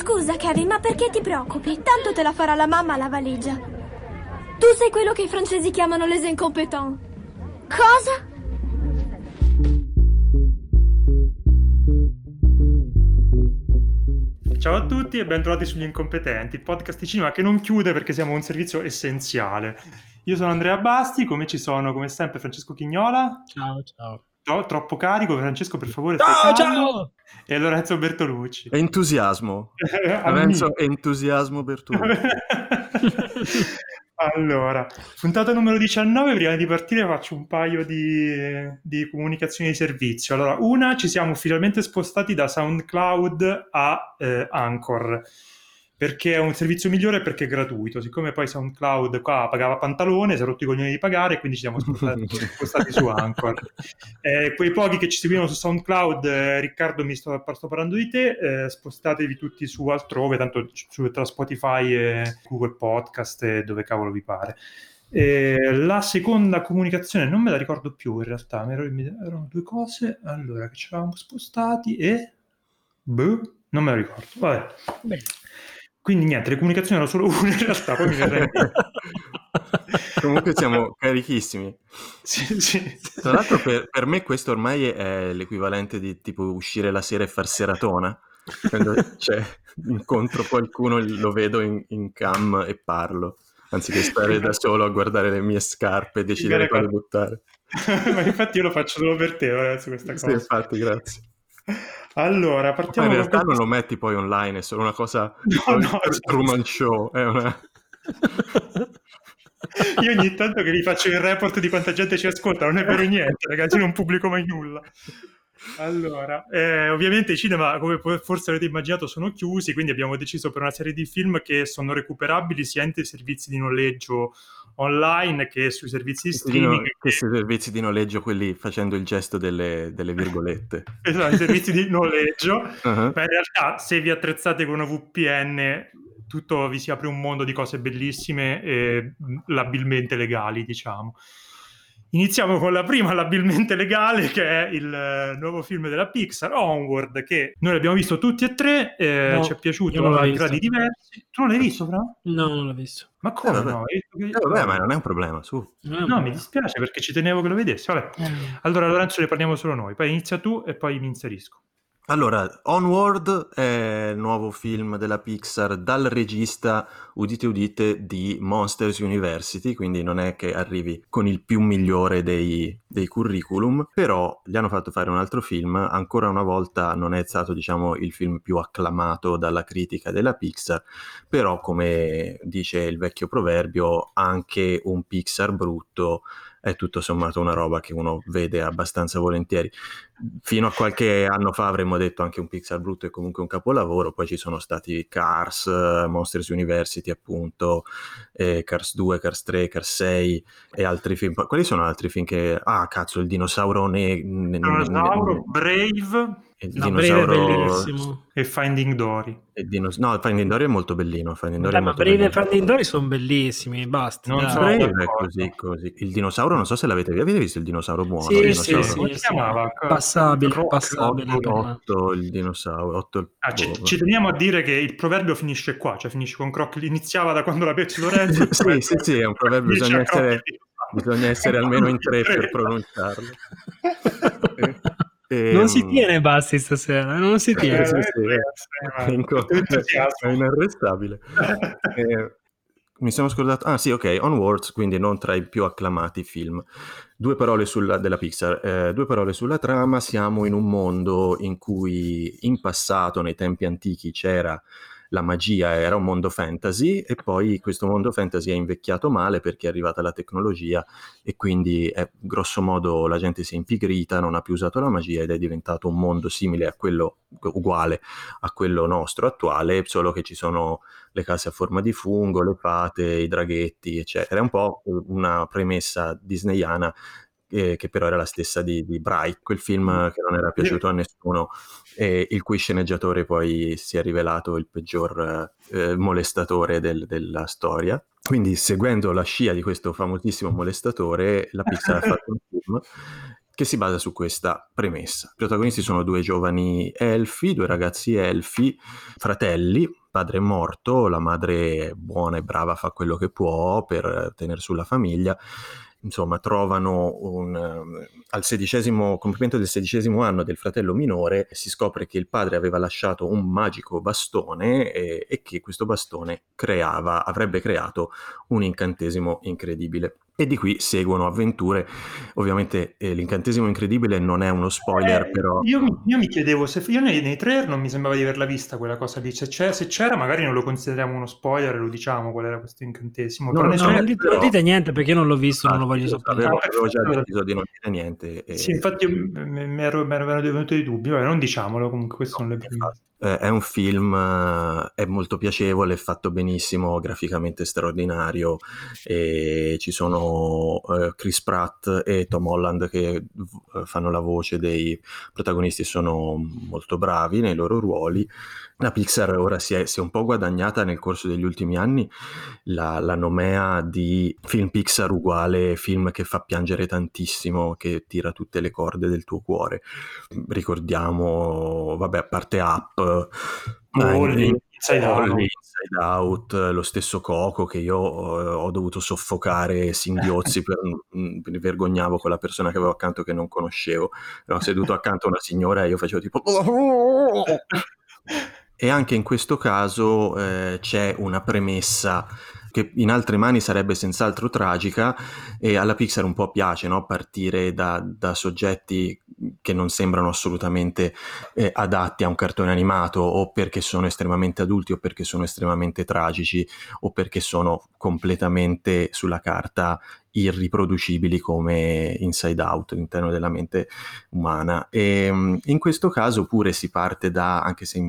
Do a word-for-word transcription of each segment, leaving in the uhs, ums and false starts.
Scusa, Kevin, ma perché ti preoccupi? Tanto te la farà la mamma la valigia. Tu sei quello che i francesi chiamano les incompetents. Cosa? Ciao a tutti e bentrovati sugli Incompetenti, il podcast di cinema che non chiude perché siamo un servizio essenziale. Io sono Andrea Basti, come ci sono come sempre Francesco Chignola. Ciao, ciao. No, troppo carico, Francesco, per favore. Ciao, ciao! E Lorenzo Bertolucci. Entusiasmo. Lorenzo Entusiasmo Bertolucci. Allora, puntata numero diciannove, prima di partire faccio un paio di, di comunicazioni di servizio. Allora, una, ci siamo ufficialmente spostati da SoundCloud a eh, Anchor, perché è un servizio migliore e perché è gratuito. Siccome poi SoundCloud qua pagava pantalone, si è rotto i coglioni di pagare, quindi ci siamo spostati, spostati su Anchor. Eh, quei pochi che ci seguivano su SoundCloud, eh, Riccardo, mi sto, sto parlando di te, eh, spostatevi tutti su altrove, tanto su, tra Spotify e Google Podcast e dove cavolo vi pare. Eh, la seconda comunicazione non me la ricordo più in realtà, erano due cose, allora che ci eravamo spostati e... Boh, non me la ricordo, vabbè. Bene. Quindi niente, le comunicazioni erano solo una in realtà, poi mi verrei... Comunque siamo carichissimi. Sì, sì. Tra l'altro per, per me questo ormai è l'equivalente di tipo uscire la sera e far seratona. Quando cioè, incontro qualcuno, lo vedo in, in cam e parlo, anziché stare da solo a guardare le mie scarpe e decidere quale buttare. Ma infatti io lo faccio solo per te adesso questa cosa. Sì, infatti, grazie. Allora, partiamo. Ma in realtà con... non lo metti poi online, è solo una cosa no, no, Truman Show, è una... Io ogni tanto che vi faccio il report di quanta gente ci ascolta, non è vero niente, ragazzi, non pubblico mai nulla. Allora, eh, ovviamente i cinema, come forse avete immaginato, sono chiusi, quindi abbiamo deciso per una serie di film che sono recuperabili sia in servizi di noleggio online che sui servizi di streaming. Che sui servizi di noleggio, quelli facendo il gesto delle, delle virgolette. Esatto, i servizi di noleggio. Uh-huh. Ma in realtà, se vi attrezzate con una V P N, tutto vi si apre un mondo di cose bellissime e labilmente legali, diciamo. Iniziamo con la prima labilmente legale, che è il nuovo film della Pixar, Onward, che noi l'abbiamo visto tutti e tre, eh, no, ci è piaciuto a gradi diversi. Tu non l'hai visto, Fra? No, non l'ho visto. Ma come eh, no? Eh, vabbè, ma non è un problema, su. No, no, mi dispiace perché ci tenevo che lo vedessi. Vabbè. Eh. Allora, Lorenzo, ne parliamo solo noi. Poi inizia tu e poi mi inserisco. Allora, Onward è il nuovo film della Pixar dal regista, udite udite, di Monsters University, quindi non è che arrivi con il più migliore dei, dei curriculum, però gli hanno fatto fare un altro film, ancora una volta non è stato, diciamo, il film più acclamato dalla critica della Pixar, però come dice il vecchio proverbio, anche un Pixar brutto è tutto sommato una roba che uno vede abbastanza volentieri. Fino a qualche anno fa avremmo detto anche un Pixar brutto è comunque un capolavoro, poi ci sono stati Cars, Monsters University appunto, eh, Cars due, Cars tre, Cars sei e altri film. Quali sono altri film che... Ah, cazzo, il dinosauro... Ne... Dinosauro, ne... Brave... Il no, dinosauro... Brave è bellissimo. E Finding Dory. E dinos... No, Finding Dory è molto bellino. Finding Dory Dai, è ma molto Brave bellino. e Finding Dory sono bellissimi, basta. Non so, Brave è così, così. Il dinosauro, non so se l'avete avete visto il dinosauro buono. Sì, il dinosauro... sì, Come si chiamava? Passabile, Rock, passabile. otto il dinosauro. otto il... Ah, ci, ci teniamo a dire che il proverbio finisce qua, cioè finisce con Crocchio, iniziava da quando la Pezzi Lorenzo. sì, sì, sì, è un proverbio, bisogna essere, bisogna essere almeno in tre per pronunciarlo. E, non si tiene Basti stasera, non si tiene. Eh, sì, sì, è, inco- è inarrestabile. eh, mi sono scordato, ah sì, ok, Onwards, quindi non tra i più acclamati film. Due parole sulla, della Pixar, eh, due parole sulla trama. Siamo in un mondo in cui in passato, nei tempi antichi, c'era la magia, era un mondo fantasy, e poi questo mondo fantasy è invecchiato male perché è arrivata la tecnologia e quindi è, grosso modo la gente si è impigrita, non ha più usato la magia ed è diventato un mondo simile a quello, uguale a quello nostro attuale, solo che ci sono le case a forma di fungo, le fate, i draghetti, eccetera. È un po' una premessa disneyana eh, che però era la stessa di, di Bright, quel film che non era piaciuto a nessuno, e il cui sceneggiatore poi si è rivelato il peggior eh, molestatore del, della storia. Quindi, seguendo la scia di questo famosissimo molestatore, la Pixar ha fatto un film che si basa su questa premessa. I protagonisti sono due giovani elfi, due ragazzi elfi, fratelli. Padre è morto, la madre è buona e brava, fa quello che può per tenere sulla famiglia. Insomma, trovano un, al sedicesimo compimento del sedicesimo anno del fratello minore, si scopre che il padre aveva lasciato un magico bastone e, e che questo bastone creava, avrebbe creato un incantesimo incredibile. E di qui seguono avventure. Ovviamente eh, l'incantesimo incredibile non è uno spoiler, Eh, però... io, mi- io mi chiedevo se io nei, nei trailer non mi sembrava di averla vista quella cosa lì. Se, c'è- se c'era, magari non lo consideriamo uno spoiler e lo diciamo qual era questo incantesimo. No, Però nei no, No, trailer- non dite, però- non dite niente perché io non l'ho visto, non lo Ah, voglio sì, sapere. Avevo, Ah, avevo già perfetto. deciso di non dire niente. E... Sì, infatti io m- m- mi ero, mi erano venuti dei dubbi. Vabbè, non diciamolo, comunque queste sono le prime. Eh, è un film, eh, è molto piacevole, è fatto benissimo, graficamente straordinario, e ci sono eh, Chris Pratt e Tom Holland che eh, fanno la voce dei protagonisti, sono molto bravi nei loro ruoli. La Pixar ora si è, si è un po' guadagnata nel corso degli ultimi anni la, la nomea di film Pixar uguale film che fa piangere tantissimo, che tira tutte le corde del tuo cuore. Ricordiamo, vabbè, a parte Up, Wall-E, eh, Inside Out. Wall-E, Inside Out, lo stesso Coco che io eh, ho dovuto soffocare singhiozzi per, mm, mi vergognavo con la persona che avevo accanto che non conoscevo. Ero seduto accanto a una signora e io facevo tipo... E anche in questo caso eh, c'è una premessa che in altre mani sarebbe senz'altro tragica, e alla Pixar un po' piace, no? Partire da, da soggetti che non sembrano assolutamente eh, adatti a un cartone animato, o perché sono estremamente adulti, o perché sono estremamente tragici, o perché sono completamente sulla carta irriproducibili come Inside Out, all'interno della mente umana. E in questo caso pure si parte da, anche se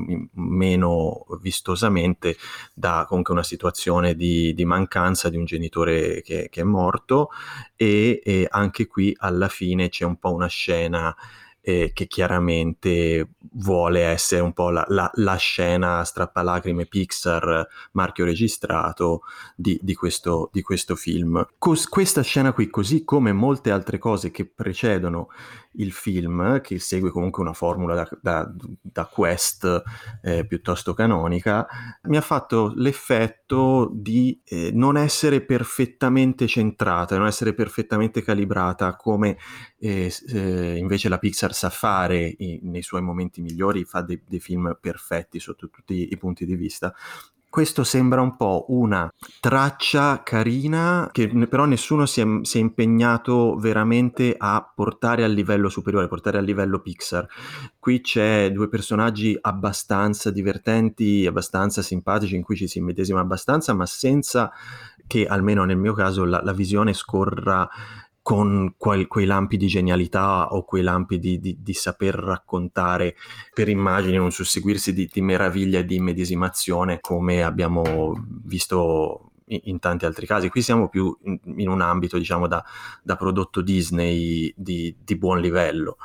meno vistosamente, da comunque una situazione di, di mancanza di un genitore che, che è morto, e, e anche qui alla fine c'è un po' una scena eh, che chiaramente vuole essere un po' la, la, la scena strappalacrime Pixar, marchio registrato di, di, questo, di questo film. Cos- questa scena qui, così come molte altre cose che precedono il film, che segue comunque una formula da, da, da quest eh, piuttosto canonica, mi ha fatto l'effetto di eh, non essere perfettamente centrata, non essere perfettamente calibrata come eh, eh, invece la Pixar sa fare i, nei suoi momenti migliori, fa dei, dei film perfetti sotto tutti i punti di vista. Questo sembra un po' una traccia carina che però nessuno si è, si è impegnato veramente a portare al livello superiore, portare al livello Pixar. Qui c'è due personaggi abbastanza divertenti, abbastanza simpatici, in cui ci si immedesima abbastanza, ma senza che, almeno nel mio caso, la, la visione scorra con quel, quei lampi di genialità o quei lampi di, di, di saper raccontare per immagini, un susseguirsi di, di meraviglia e di immedesimazione come abbiamo visto in, in tanti altri casi. Qui siamo più in, in un ambito, diciamo, da, da prodotto Disney di, di buon livello.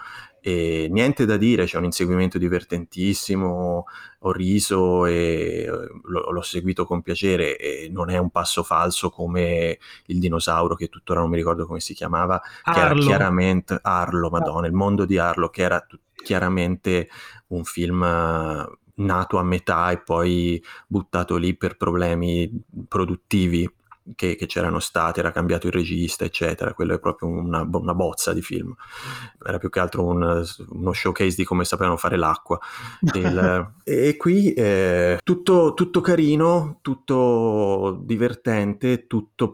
E niente da dire, c'è un inseguimento divertentissimo, ho riso e lo, l'ho seguito con piacere, e non è un passo falso come il dinosauro, che tuttora non mi ricordo come si chiamava, Arlo. che era chiaramente Arlo, madonna, il mondo di Arlo, che era t- chiaramente un film nato a metà e poi buttato lì per problemi produttivi Che, che c'erano stati, era cambiato il regista, eccetera. Quello è proprio una, una bozza di film, era più che altro un, uno showcase di come sapevano fare l'acqua. Il, e qui eh, tutto, tutto carino, tutto divertente, tutto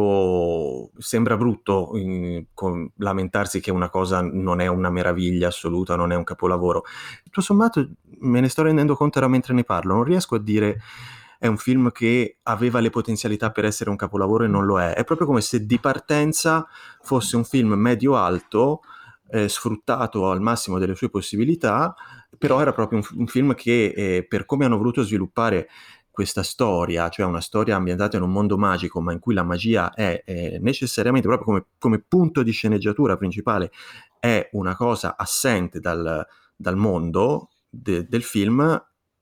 poco, sembra brutto in, con, lamentarsi che una cosa non è una meraviglia assoluta, non è un capolavoro. Tutto sommato me ne sto rendendo conto ora mentre ne parlo, non riesco a dire è un film che aveva le potenzialità per essere un capolavoro e non lo è. È proprio come se di partenza fosse un film medio-alto, eh, sfruttato al massimo delle sue possibilità, però era proprio un, un film che eh, per come hanno voluto sviluppare questa storia, cioè una storia ambientata in un mondo magico, ma in cui la magia è, è necessariamente, proprio come, come punto di sceneggiatura principale, è una cosa assente dal, dal mondo de, del film,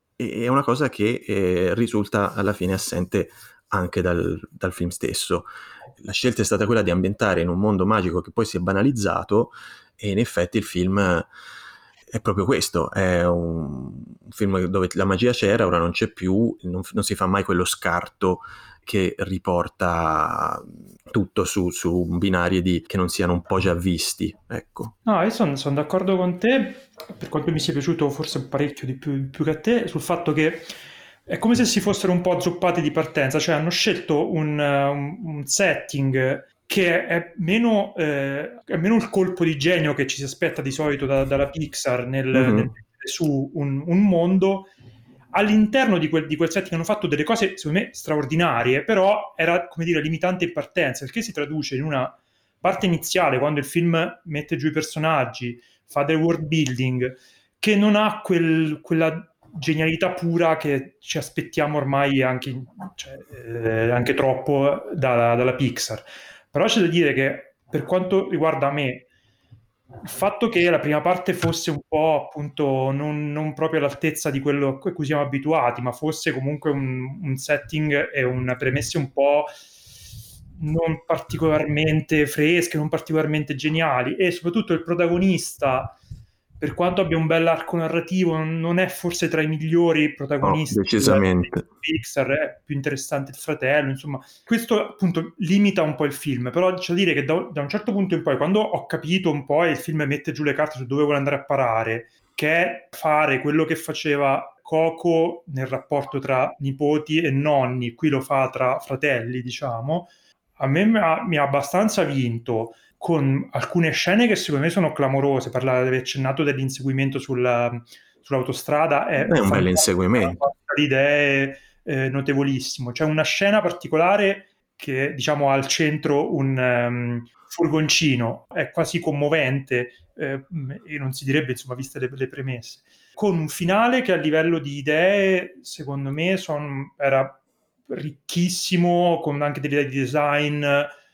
è una cosa che eh, risulta alla fine assente anche dal, dal film stesso. La scelta è stata quella di ambientare in un mondo magico che poi si è banalizzato, e in effetti il film è proprio questo, è un film dove la magia c'era, ora non c'è più, non, non si fa mai quello scarto che riporta tutto su, su binari di, che non siano un po' già visti, ecco. No, io sono son d'accordo con te, per quanto mi sia piaciuto forse parecchio di più, più che a te, sul fatto che è come se si fossero un po' azzoppati di partenza, cioè hanno scelto un, un, un setting che è meno, eh, è meno il colpo di genio che ci si aspetta di solito da, dalla Pixar nel, Mm-hmm. nel mettere su un, un mondo. All'interno di quel, di quel setting hanno fatto delle cose secondo me straordinarie, però era, come dire, limitante in partenza, il che si traduce in una parte iniziale, quando il film mette giù i personaggi, fa del world building, che non ha quel, quella genialità pura che ci aspettiamo ormai anche, cioè, eh, anche troppo da, dalla Pixar. Però c'è da dire che per quanto riguarda me, il fatto che la prima parte fosse un po' appunto non, non proprio all'altezza di quello a cui siamo abituati, ma fosse comunque un, un setting e una premesse un po' non particolarmente fresche, non particolarmente geniali, e soprattutto il protagonista, per quanto abbia un bel arco narrativo, non è forse tra i migliori protagonisti. No, decisamente. Pixar, è più interessante il fratello, insomma. Questo appunto limita un po' il film, però c'è da dire che da, da un certo punto in poi, quando ho capito un po' e il film mette giù le carte su dove vuole andare a parare, che è fare quello che faceva Coco nel rapporto tra nipoti e nonni, qui lo fa tra fratelli, diciamo, a me mi ha, mi ha abbastanza vinto, con alcune scene che secondo me sono clamorose. Parlare, avevi accennato dell'inseguimento sulla, sull'autostrada, è, è un bel inseguimento, di idee eh, notevolissimo. C'è una scena particolare che, diciamo, ha al centro un um, furgoncino, è quasi commovente, eh, e non si direbbe, insomma, viste le, le premesse, con un finale che a livello di idee, secondo me, son, era ricchissimo, con anche delle idee di design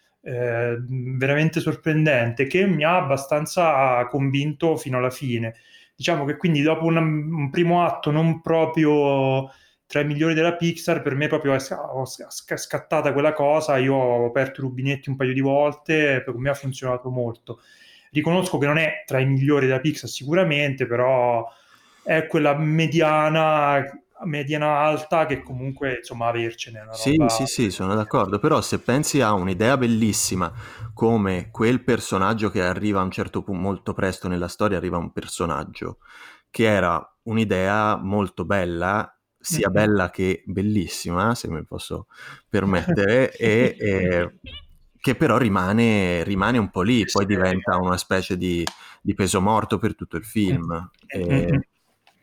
eh, veramente sorprendente, che mi ha abbastanza convinto fino alla fine. Diciamo che quindi dopo una, un primo atto non proprio tra i migliori della Pixar, per me proprio è scattata quella cosa, io ho aperto i rubinetti un paio di volte, per me ha funzionato molto. Riconosco che non è tra i migliori della Pixar sicuramente, però è quella mediana mediana alta che comunque, insomma, avercene una sì, roba... sì, sì, sono d'accordo, però se pensi a un'idea bellissima come quel personaggio che arriva a un certo punto, molto presto nella storia arriva un personaggio che era un'idea molto bella, sia mm-hmm. bella che bellissima, se mi posso permettere, e, e che però rimane, rimane un po' lì, poi diventa una specie di, di peso morto per tutto il film. Mm-hmm. E...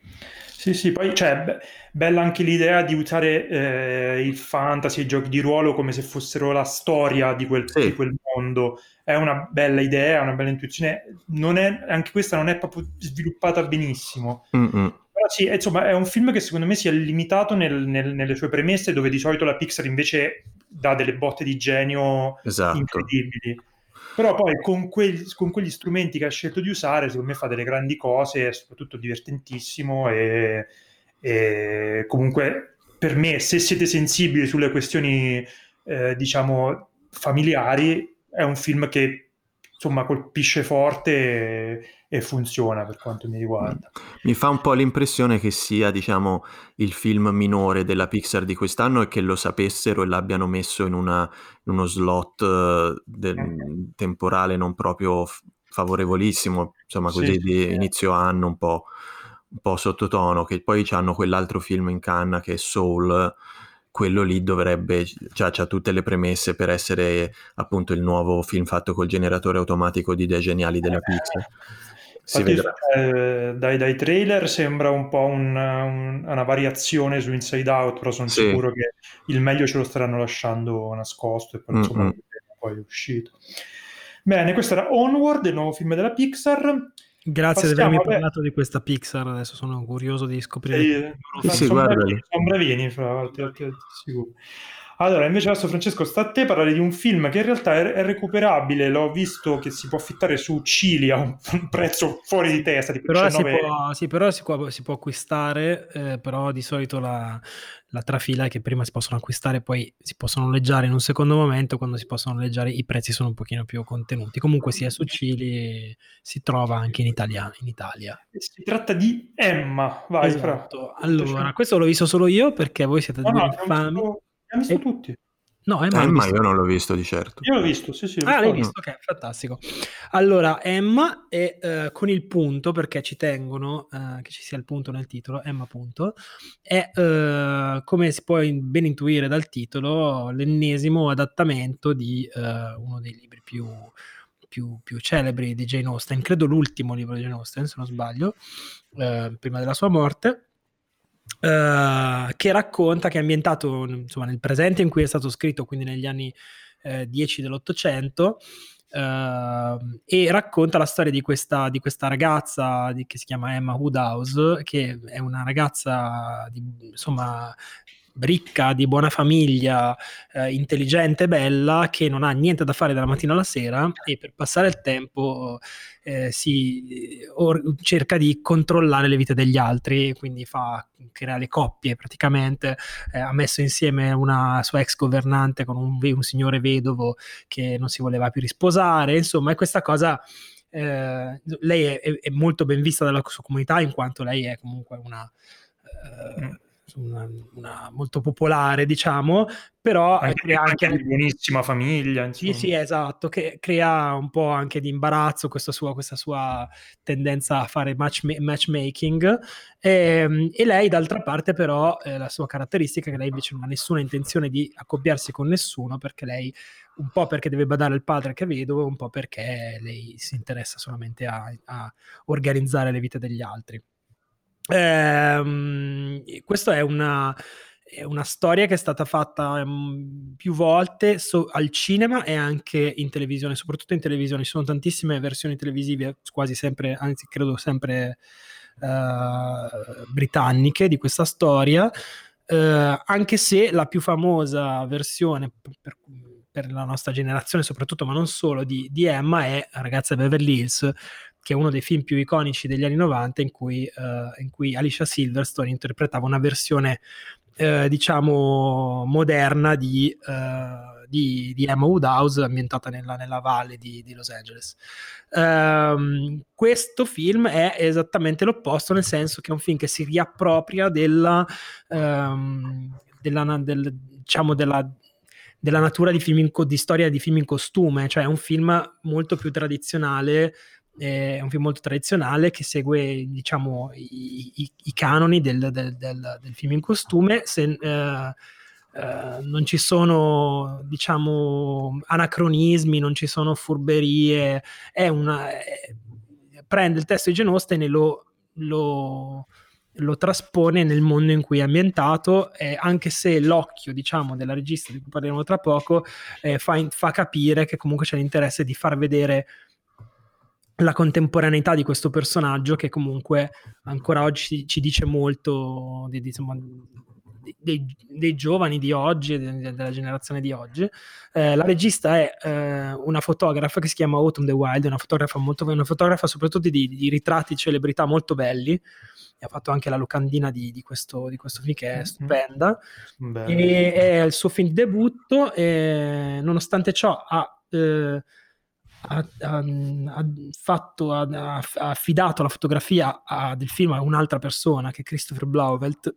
Sì, sì, poi cioè, be- bella anche l'idea di usare eh, il fantasy, i giochi di ruolo come se fossero la storia di quel, sì. di quel mondo. È una bella idea, una bella intuizione. Non è, anche questa non è proprio sviluppata benissimo. Mm-mm. Però sì, insomma, è un film che secondo me si è limitato nel, nel, nelle sue premesse, dove di solito la Pixar invece dà delle botte di genio esatto. incredibili. Però poi con, quegli, con quegli strumenti che ha scelto di usare, secondo me fa delle grandi cose, è soprattutto divertentissimo e, e comunque per me, se siete sensibili sulle questioni eh, diciamo familiari, è un film che insomma colpisce forte e, e funziona per quanto mi riguarda. Mi fa un po' l'impressione che sia, diciamo, il film minore della Pixar di quest'anno e che lo sapessero e l'abbiano messo in, una, in uno slot uh, de- mm. temporale non proprio f- favorevolissimo, insomma così sì, di sì. inizio anno un po', un po' sottotono, che poi c'hanno quell'altro film in canna che è Soul, quello lì dovrebbe, cioè c'ha tutte le premesse per essere appunto il nuovo film fatto col generatore automatico di idee geniali della Pixar. Si vedrà. Eh, dai, dai trailer sembra un po' un, un, una variazione su Inside Out, però sono sì. sicuro che il meglio ce lo staranno lasciando nascosto e poi mm-hmm. insomma poi è uscito. Bene, questo era Onward, il nuovo film della Pixar. Grazie di avermi parlato di questa Pixar, adesso sono curioso di scoprire. Sì, sì, sì, sono, bravini, sono bravini, fra l'altro, sicuro. Allora, invece adesso Francesco sta a te parlare di un film che in realtà è, è recuperabile, l'ho visto che si può affittare su Cili a un, un prezzo fuori di testa, tipo però diciannove si può, sì, però si può, si può acquistare, eh, però di solito la, la trafila è che prima si possono acquistare, poi si possono noleggiare in un secondo momento, quando si possono noleggiare i prezzi sono un pochino più contenuti. Comunque sia su Cili, si trova anche in Italia. In Italia. Si tratta di Emma, vai Esatto. Fra. Allora, questo l'ho visto solo io perché voi siete No, due no, infami. abbiamo visto, E... tutti. No, Emma, Emma visto. io non l'ho visto di certo. Io l'ho visto, sì, sì. L'ho Ah, l'hai visto. visto? Ok, fantastico. Allora, Emma è uh, con il punto, perché ci tengono uh, che ci sia il punto nel titolo, Emma punto, è, uh, come si può in, ben intuire dal titolo, l'ennesimo adattamento di uh, uno dei libri più, più, più celebri di Jane Austen, credo l'ultimo libro di Jane Austen, se non sbaglio, uh, prima della sua morte. Uh, che racconta, che è ambientato insomma nel presente in cui è stato scritto, quindi negli anni eh, dieci dell'Ottocento, uh, e racconta la storia di questa, di questa ragazza di, che si chiama Emma Woodhouse, che è una ragazza di, insomma ricca, di buona famiglia, eh, intelligente, bella, che non ha niente da fare dalla mattina alla sera e per passare il tempo eh, si or- cerca di controllare le vite degli altri, quindi fa crea le coppie praticamente. Eh, ha messo insieme una sua ex governante con un, un signore vedovo che non si voleva più risposare, insomma, e questa cosa eh, lei è, è molto ben vista dalla sua comunità, in quanto lei è comunque una eh, Una, una molto popolare, diciamo, però anche, crea anche, anche di buonissima famiglia, insomma. Sì, sì, esatto, che crea un po' anche di imbarazzo questa sua, questa sua tendenza a fare match, matchmaking, e, e lei d'altra parte però eh, la sua caratteristica è che lei invece non ha nessuna intenzione di accoppiarsi con nessuno, perché lei un po' perché deve badare al padre che è vedovo, un po' perché lei si interessa solamente a, a organizzare le vite degli altri. Ehm, questa è una, è una storia che è stata fatta um, più volte so, al cinema e anche in televisione, soprattutto in televisione. Ci sono tantissime versioni televisive, quasi sempre, anzi credo sempre uh, britanniche, di questa storia, uh, anche se la più famosa versione per, per la nostra generazione soprattutto, ma non solo, di, di Emma è Ragazza di Beverly Hills, che è uno dei film più iconici degli anni novanta, in cui, uh, in cui Alicia Silverstone interpretava una versione, uh, diciamo, moderna di, uh, di, di Emma Woodhouse, ambientata nella, nella valle di, di Los Angeles. Um, questo film è esattamente l'opposto, nel senso che è un film che si riappropria della, um, della, del, diciamo, della della natura di film in co- di storia di film in costume, cioè è un film molto più tradizionale, è un film molto tradizionale che segue, diciamo, i, i, i canoni del, del, del, del film in costume. Se, eh, eh, non ci sono, diciamo, anacronismi, non ci sono furberie, è una, è, prende il testo di Jane Austen e lo, lo lo traspone nel mondo in cui è ambientato, eh, anche se l'occhio, diciamo, della regista, di cui parleremo tra poco, eh, fa, in, fa capire che comunque c'è l'interesse di far vedere la contemporaneità di questo personaggio, che comunque ancora oggi ci, ci dice molto di, di, insomma, dei, dei giovani di oggi, de, della generazione di oggi. Eh, la regista è eh, una fotografa che si chiama Autumn de Wilde, una fotografa molto, una fotografa soprattutto di, di ritratti di celebrità molto belli. Ha fatto anche la locandina di, di, questo, di questo film, che è stupenda. Mm-hmm. E è il suo film di debutto, e nonostante ciò ha, eh, ha, ha, ha, fatto, ha, ha affidato la fotografia a, del film a un'altra persona, che è Christopher Blauvelt,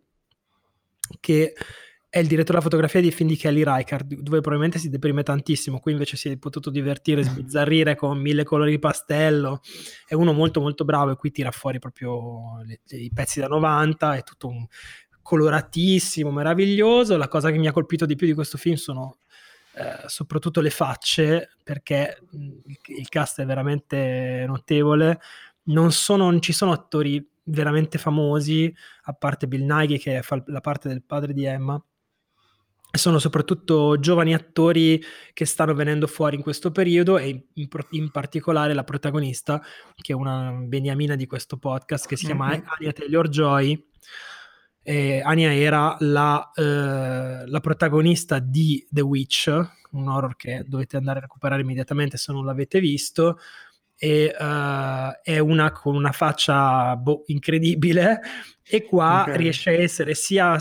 che è il direttore della fotografia di film di Kelly Reichardt, dove probabilmente si deprime tantissimo. Qui invece si è potuto divertire, sbizzarrire con mille colori di pastello. È uno molto molto bravo, e qui tira fuori proprio le, i pezzi da novanta, è tutto un coloratissimo, meraviglioso. La cosa che mi ha colpito di più di questo film sono eh, soprattutto le facce, perché il, il cast è veramente notevole. Non, sono, non ci sono attori veramente famosi, a parte Bill Nighy che fa la parte del padre di Emma. Sono soprattutto giovani attori che stanno venendo fuori in questo periodo, e in, in particolare la protagonista, che è una beniamina di questo podcast, che si chiama mm-hmm. Anya Taylor-Joy, E Anya era la, eh, la protagonista di The Witch, un horror che dovete andare a recuperare immediatamente se non l'avete visto, e uh, è una con una faccia boh, incredibile, e qua Ok. riesce a essere sia,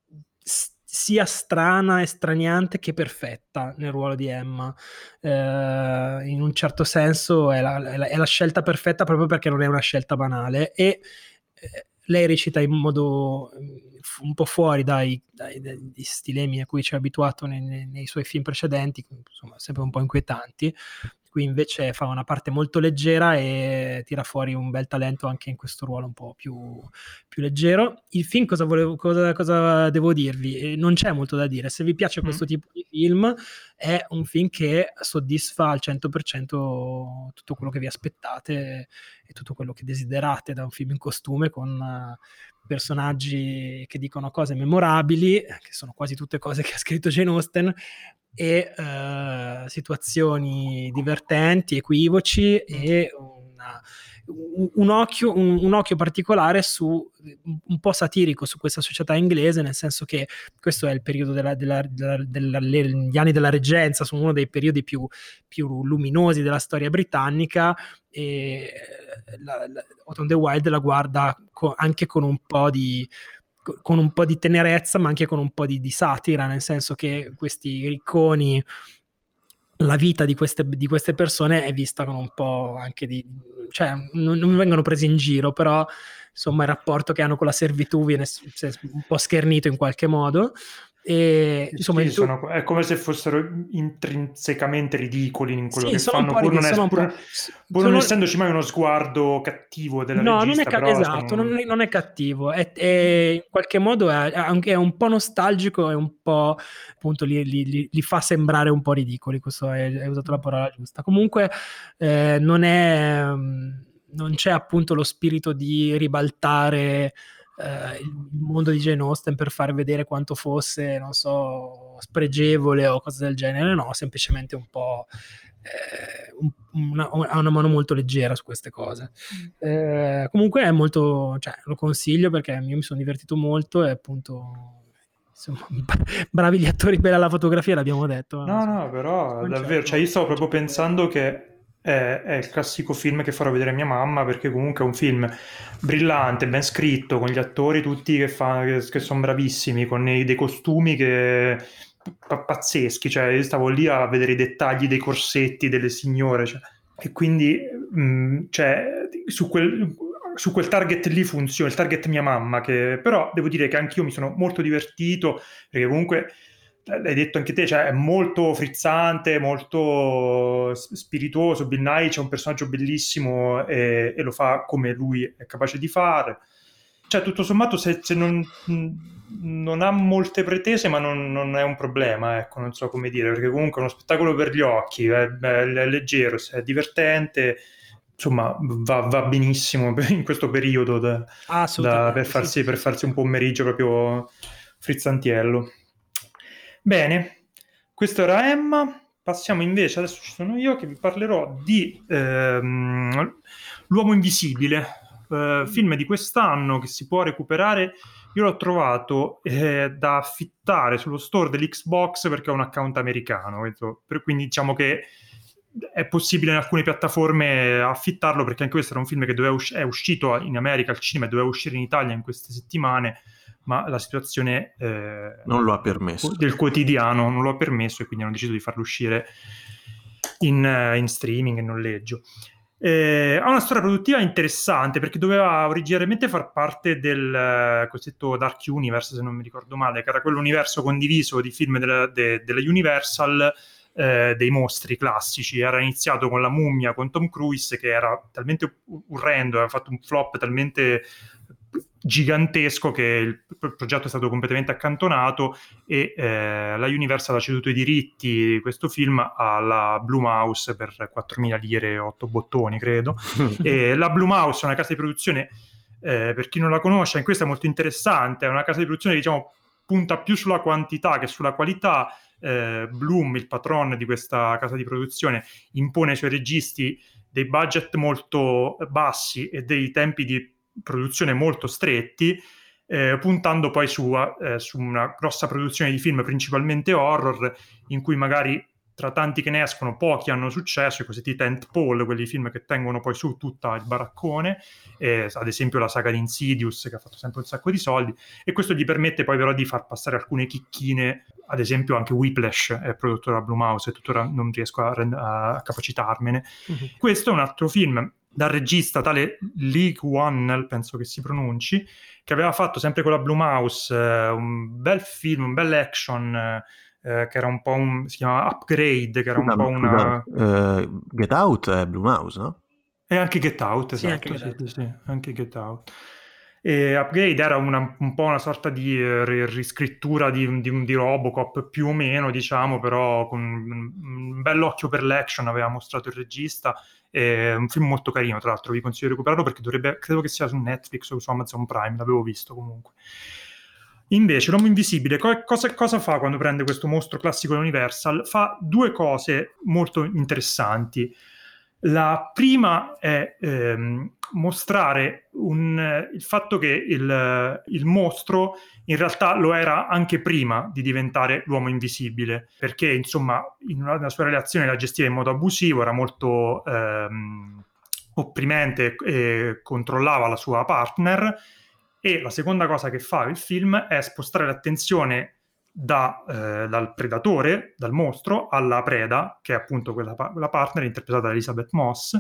sia strana e straniante che perfetta nel ruolo di Emma. Uh, in un certo senso è la, è, la, è la scelta perfetta, proprio perché non è una scelta banale, e eh, lei recita in modo un po' fuori dai, dai, dai stilemi a cui ci ha abituato nei, nei, nei suoi film precedenti, insomma sempre un po' inquietanti. Qui invece fa una parte molto leggera e tira fuori un bel talento anche in questo ruolo un po' più, più leggero. Il film, cosa, volevo, cosa, cosa devo dirvi? Non c'è molto da dire. Se vi piace mm. questo tipo di film, è un film che soddisfa al cento per cento tutto quello che vi aspettate e tutto quello che desiderate da un film in costume, con uh, personaggi che dicono cose memorabili, che sono quasi tutte cose che ha scritto Jane Austen, e uh, situazioni divertenti, equivoci, e una, un, un, occhio, un, un occhio particolare su un po' satirico su questa società inglese, nel senso che questo è il periodo della, della, della, della, degli anni della reggenza, sono uno dei periodi più, più luminosi della storia britannica, e la, la, Autumn the Wild la guarda co- anche con un po' di con un po' di tenerezza, ma anche con un po' di, di satira, nel senso che questi ricconi, la vita di queste, di queste persone è vista con un po' anche di, cioè non, non vengono presi in giro, però insomma il rapporto che hanno con la servitù viene un po' schernito in qualche modo. E, insomma, sì, tu... sono, è come se fossero intrinsecamente ridicoli in quello sì, che fanno, pur, non, è, pur, pur sono... non essendoci mai uno sguardo cattivo della no, regista. Non è ca- però esatto, sono... non, è, non è cattivo, è, è, in qualche modo è, è un po' nostalgico e un po' appunto li, li, li fa sembrare un po' ridicoli. Questo è, è usato la parola giusta. Comunque eh, non è non c'è appunto lo spirito di ribaltare Uh, il mondo di Jane Austen per far vedere quanto fosse, non so, spregevole o cose del genere. No, semplicemente un po' eh, un, una, ha una mano molto leggera su queste cose. Eh, comunque è molto, cioè, lo consiglio perché io mi sono divertito molto, e appunto insomma, bravi gli attori, bella la fotografia, l'abbiamo detto. No, no, no, però davvero, cioè io stavo proprio pensando che È, è il classico film che farò vedere a mia mamma, perché comunque è un film brillante, ben scritto, con gli attori tutti che, fa, che, che sono bravissimi, con dei, dei costumi che p- pazzeschi, cioè io stavo lì a vedere i dettagli dei corsetti delle signore, cioè, e quindi mh, cioè, su quel, su quel target lì funziona, il target mia mamma, che però devo dire che anch'io mi sono molto divertito, perché comunque l'hai detto anche te, cioè è molto frizzante, molto spirituoso. Bill Nighy c'è un personaggio bellissimo e, e lo fa come lui è capace di fare. Cioè tutto sommato se, se non, non ha molte pretese, ma non, non è un problema, ecco, non so come dire, perché comunque è uno spettacolo per gli occhi, è, è leggero, è divertente, insomma va, va benissimo in questo periodo da, da, per, farsi, per farsi un pomeriggio proprio frizzantiello. Bene, questo era Emma. Passiamo invece, adesso ci sono io che vi parlerò di ehm, L'Uomo Invisibile, eh, film di quest'anno che si può recuperare. Io l'ho trovato eh, da affittare sullo store dell'Xbox perché ho un account americano, quindi diciamo che è possibile in alcune piattaforme affittarlo, perché anche questo era un film che doveva usci- è uscito in America al cinema e doveva uscire in Italia in queste settimane, ma la situazione eh, non lo ha permesso, del quotidiano non lo ha permesso, e quindi hanno deciso di farlo uscire in, in streaming e noleggio. Eh, ha una storia produttiva interessante, perché doveva originariamente far parte del uh, cosiddetto Dark Universe, se non mi ricordo male, che era quell'universo condiviso di film della, de, della Universal, eh, dei mostri classici. Era iniziato con La Mummia, con Tom Cruise, che era talmente orrendo, aveva fatto un flop talmente gigantesco che il progetto è stato completamente accantonato, e eh, la Universal ha ceduto i diritti di questo film alla Blumhouse per quattromila lire e otto bottoni, credo. E la Blumhouse è una casa di produzione, eh, per chi non la conosce, in questo è molto interessante, è una casa di produzione che diciamo punta più sulla quantità che sulla qualità. eh, Bloom, il patron di questa casa di produzione, impone ai suoi registi dei budget molto bassi e dei tempi di produzione molto stretti, eh, puntando poi su, eh, su una grossa produzione di film principalmente horror, in cui magari tra tanti che ne escono pochi hanno successo, i cosiddetti tentpole, quelli film che tengono poi su tutto il baraccone, eh, ad esempio la saga di Insidious che ha fatto sempre un sacco di soldi, e questo gli permette poi però di far passare alcune chicchine, ad esempio anche Whiplash è prodotto da Blumhouse e tuttora non riesco a, a capacitarmene. Mm-hmm. Questo è un altro film dal regista tale Lee Whannell, penso che si pronunci, che aveva fatto sempre con la Blumhouse eh, un bel film, un bel action eh, eh, che era un po' un, si chiama Upgrade, che era un po' una... Uh, Get Out è Blumhouse, no? E anche Get Out, sì, esatto, anche Get Out. Sì, sì, anche Get Out. E Upgrade era una, un po' una sorta di eh, riscrittura di, di, di Robocop, più o meno, diciamo, però con un bell'occhio per l'action aveva mostrato il regista. È un film molto carino, tra l'altro vi consiglio di recuperarlo perché dovrebbe, credo che sia su Netflix o su Amazon Prime, l'avevo visto comunque. Invece l'Uomo Invisibile co- cosa, cosa fa quando prende questo mostro classico dell'Universal? Fa due cose molto interessanti. La prima è ehm, mostrare un, il fatto che il, il mostro in realtà lo era anche prima di diventare l'uomo invisibile, perché insomma in una, una sua relazione la gestiva in modo abusivo, era molto ehm, opprimente e controllava la sua partner. E la seconda cosa che fa il film è spostare l'attenzione da, eh, dal predatore, dal mostro, alla preda, che è appunto quella, quella partner interpretata da Elisabeth Moss,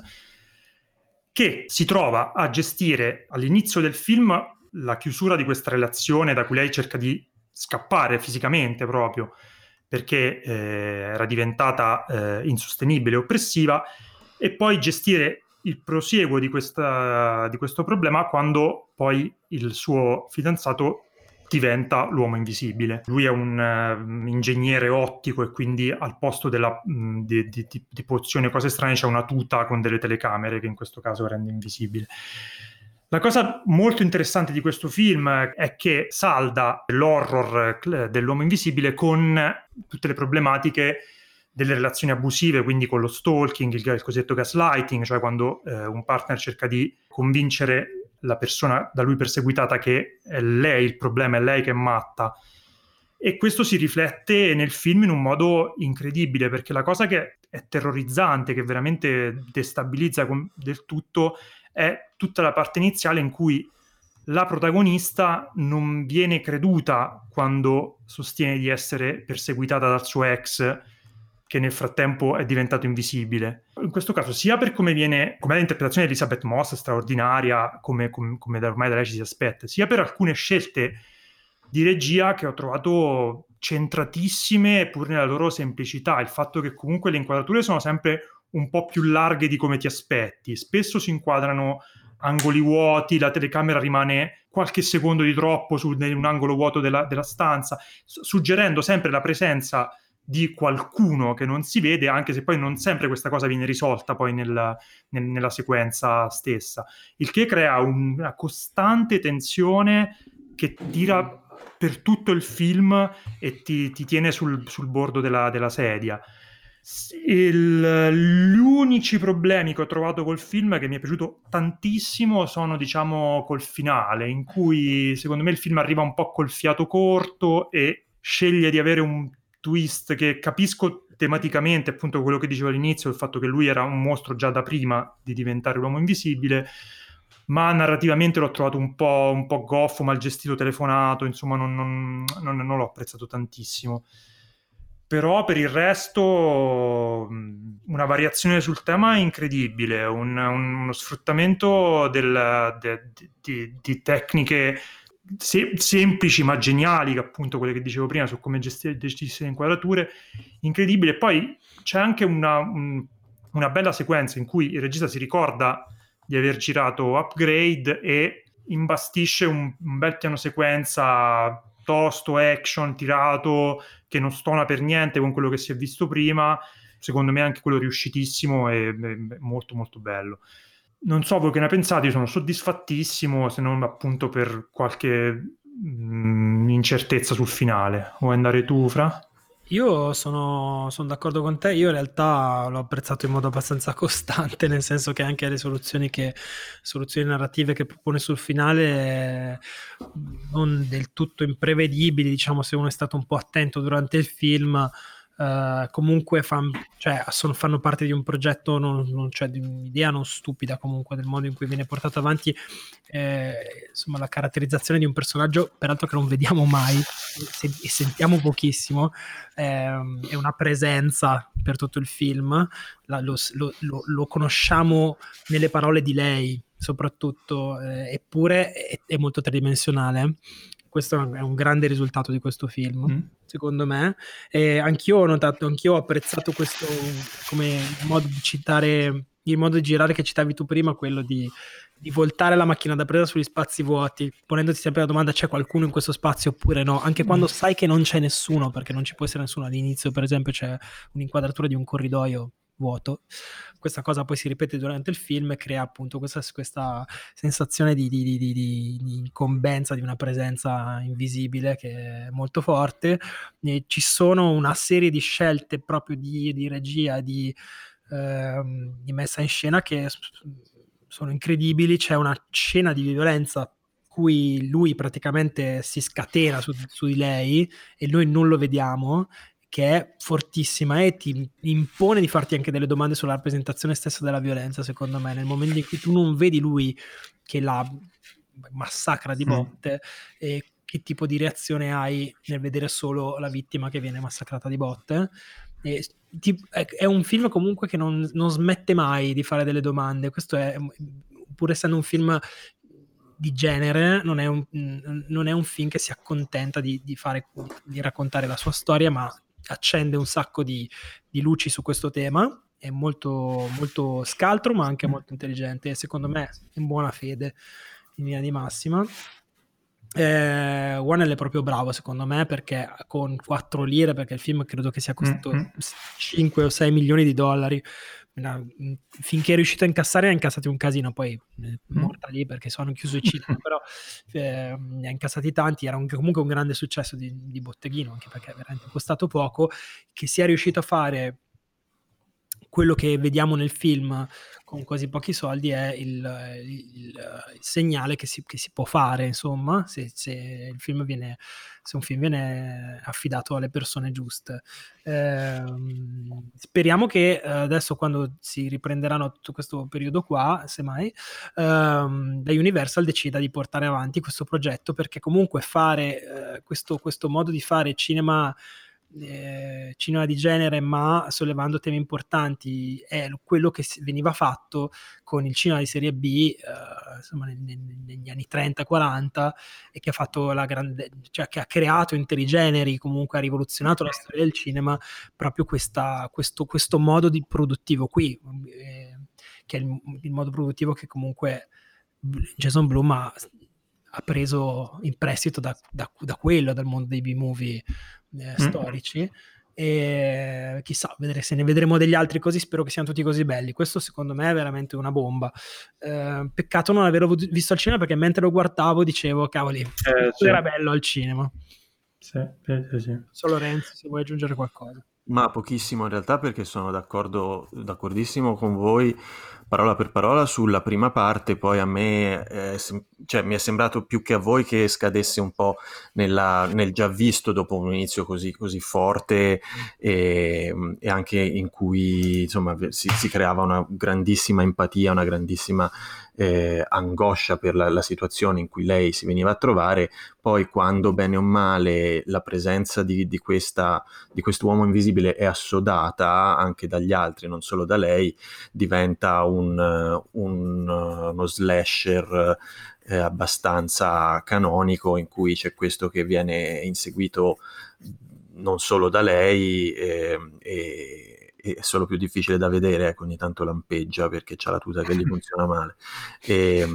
che si trova a gestire all'inizio del film la chiusura di questa relazione da cui lei cerca di scappare fisicamente proprio, perché eh, era diventata eh, insostenibile e oppressiva, e poi gestire il prosieguo di, questa, di questo problema quando poi il suo fidanzato diventa l'uomo invisibile. Lui è un uh, ingegnere ottico e quindi al posto della, mh, di, di, di, di pozioni e cose strane c'è una tuta con delle telecamere che in questo caso rende invisibile. La cosa molto interessante di questo film è che salda l'horror dell'uomo invisibile con tutte le problematiche delle relazioni abusive, quindi con lo stalking, il, il cosiddetto gaslighting, cioè quando eh, un partner cerca di convincere la persona da lui perseguitata che è lei il problema, è lei che è matta. E questo si riflette nel film in un modo incredibile, perché la cosa che è terrorizzante, che veramente destabilizza del tutto, è tutta la parte iniziale in cui la protagonista non viene creduta quando sostiene di essere perseguitata dal suo ex, che nel frattempo è diventato invisibile. In questo caso sia per come viene, come l'interpretazione di Elisabeth Moss straordinaria, come, come, come ormai da lei ci si aspetta, sia per alcune scelte di regia che ho trovato centratissime pur nella loro semplicità. Il fatto che comunque le inquadrature sono sempre un po' più larghe di come ti aspetti, spesso si inquadrano angoli vuoti, la telecamera rimane qualche secondo di troppo su un angolo vuoto della, della stanza, suggerendo sempre la presenza di qualcuno che non si vede, anche se poi non sempre questa cosa viene risolta poi nel, nel, nella sequenza stessa, il che crea un, una costante tensione che tira per tutto il film e ti, ti tiene sul, sul bordo della, della sedia. Il, gli unici problemi che ho trovato col film, che mi è piaciuto tantissimo, sono diciamo col finale, in cui secondo me il film arriva un po' col fiato corto e sceglie di avere un twist che capisco tematicamente, appunto quello che dicevo all'inizio, il fatto che lui era un mostro già da prima di diventare l'uomo invisibile, ma narrativamente l'ho trovato un po', un po' goffo, mal gestito, telefonato, insomma non, non, non, non l'ho apprezzato tantissimo. Però per il resto una variazione sul tema incredibile, un, uno sfruttamento del, de, di, di tecniche Se- semplici ma geniali, che appunto quelle che dicevo prima su come gestire, gestire le inquadrature, incredibile. Poi c'è anche una, un, una bella sequenza in cui il regista si ricorda di aver girato Upgrade e imbastisce un, un bel piano sequenza tosto, action, tirato, che non stona per niente con quello che si è visto prima. Secondo me anche quello riuscitissimo e, e molto molto bello. Non so voi che ne pensate, io sono soddisfattissimo, se non appunto per qualche mh, incertezza sul finale. Vuoi andare tu, Fra? Io sono, sono d'accordo con te, io in realtà l'ho apprezzato in modo abbastanza costante, nel senso che anche le soluzioni, che, soluzioni narrative che propone sul finale, eh, non del tutto imprevedibili, diciamo, se uno è stato un po' attento durante il film, eh, comunque fan, cioè, sono, fanno parte di un progetto, non, non, cioè, di un'idea non stupida comunque del modo in cui viene portato avanti, eh, insomma, la caratterizzazione di un personaggio, peraltro che non vediamo mai e sentiamo pochissimo, ehm, è una presenza per tutto il film, la, lo, lo, lo, lo conosciamo nelle parole di lei soprattutto, eh, eppure è, è molto tridimensionale. Questo è un grande risultato di questo film, mm. secondo me. E anch'io ho notato, anch'io ho apprezzato questo come modo di citare, il modo di girare che citavi tu prima, quello di, di voltare la macchina da presa sugli spazi vuoti, ponendoti sempre la domanda: c'è qualcuno in questo spazio oppure no? Anche quando mm. sai che non c'è nessuno, perché non ci può essere nessuno. All'inizio, per esempio, c'è un'inquadratura di un corridoio vuoto. Questa cosa poi si ripete durante il film e crea appunto questa, questa sensazione di, di, di, di, di incombenza, di una presenza invisibile che è molto forte. E ci sono una serie di scelte proprio di, di regia, di, ehm, di messa in scena che sono incredibili. C'è una scena di violenza cui lui praticamente si scatena su, su di lei e noi non lo vediamo, che è fortissima e ti impone di farti anche delle domande sulla rappresentazione stessa della violenza, secondo me, nel momento in cui tu non vedi lui che la massacra di botte, mm. e che tipo di reazione hai nel vedere solo la vittima che viene massacrata di botte. E ti, è un film comunque che non, non smette mai di fare delle domande. Questo è, pur essendo un film di genere, non è un, non è un film che si accontenta di, di, fare, di raccontare la sua storia, ma accende un sacco di, di luci su questo tema. È molto, molto scaltro ma anche molto intelligente e secondo me in buona fede in linea di massima. eh, Warner è proprio bravo secondo me, perché con quattro lire, perché il film credo che sia costato mm-hmm. cinque o sei milioni di dollari, finché è riuscito a incassare, ha incassato un casino, poi è morta lì perché sono chiuso i cinema, però eh, ne ha incassati tanti. Era un, comunque un grande successo di, di botteghino, anche perché è veramente costato poco. Che sia riuscito a fare quello che vediamo nel film con quasi pochi soldi è il, il, il segnale che si, che si può fare, insomma, se, se il film viene, se un film viene affidato alle persone giuste. Eh, speriamo che adesso, quando si riprenderanno tutto questo periodo qua, semmai, ehm, la Universal decida di portare avanti questo progetto, perché comunque fare eh, questo, questo modo di fare cinema Eh, cinema di genere ma sollevando temi importanti è quello che veniva fatto con il cinema di serie B eh, insomma neg- neg- negli anni trenta quaranta, e che ha fatto la grande, cioè che ha creato interi generi, comunque ha rivoluzionato la storia del cinema, proprio questa, questo, questo modo di produttivo qui, eh, che è il, il modo produttivo che comunque Jason Blum ha, ha preso in prestito da, da, da quello, dal mondo dei B-movie eh, mm. storici, e chissà, vedere se ne vedremo degli altri così. Spero che siano tutti così belli. Questo secondo me è veramente una bomba. Eh, peccato non averlo visto al cinema, perché mentre lo guardavo dicevo cavoli, eh, sì. era bello al cinema. Sì, sì, sì. Solo Renzo, se vuoi aggiungere qualcosa. Ma pochissimo in realtà, perché sono d'accordo, d'accordissimo con voi parola per parola sulla prima parte. Poi a me eh, sem- cioè, mi è sembrato più che a voi che scadesse un po' nella, nel già visto dopo un inizio così, così forte, e, e anche in cui insomma si, si creava una grandissima empatia, una grandissima eh, angoscia per la, la situazione in cui lei si veniva a trovare. Poi, quando bene o male la presenza di, di questa di quest'uomo invisibile è assodata anche dagli altri, non solo da lei, diventa un, un uno slasher eh, abbastanza canonico, in cui c'è questo che viene inseguito non solo da lei eh, e è solo più difficile da vedere, ecco, ogni tanto lampeggia perché c'ha la tuta che gli funziona male. E,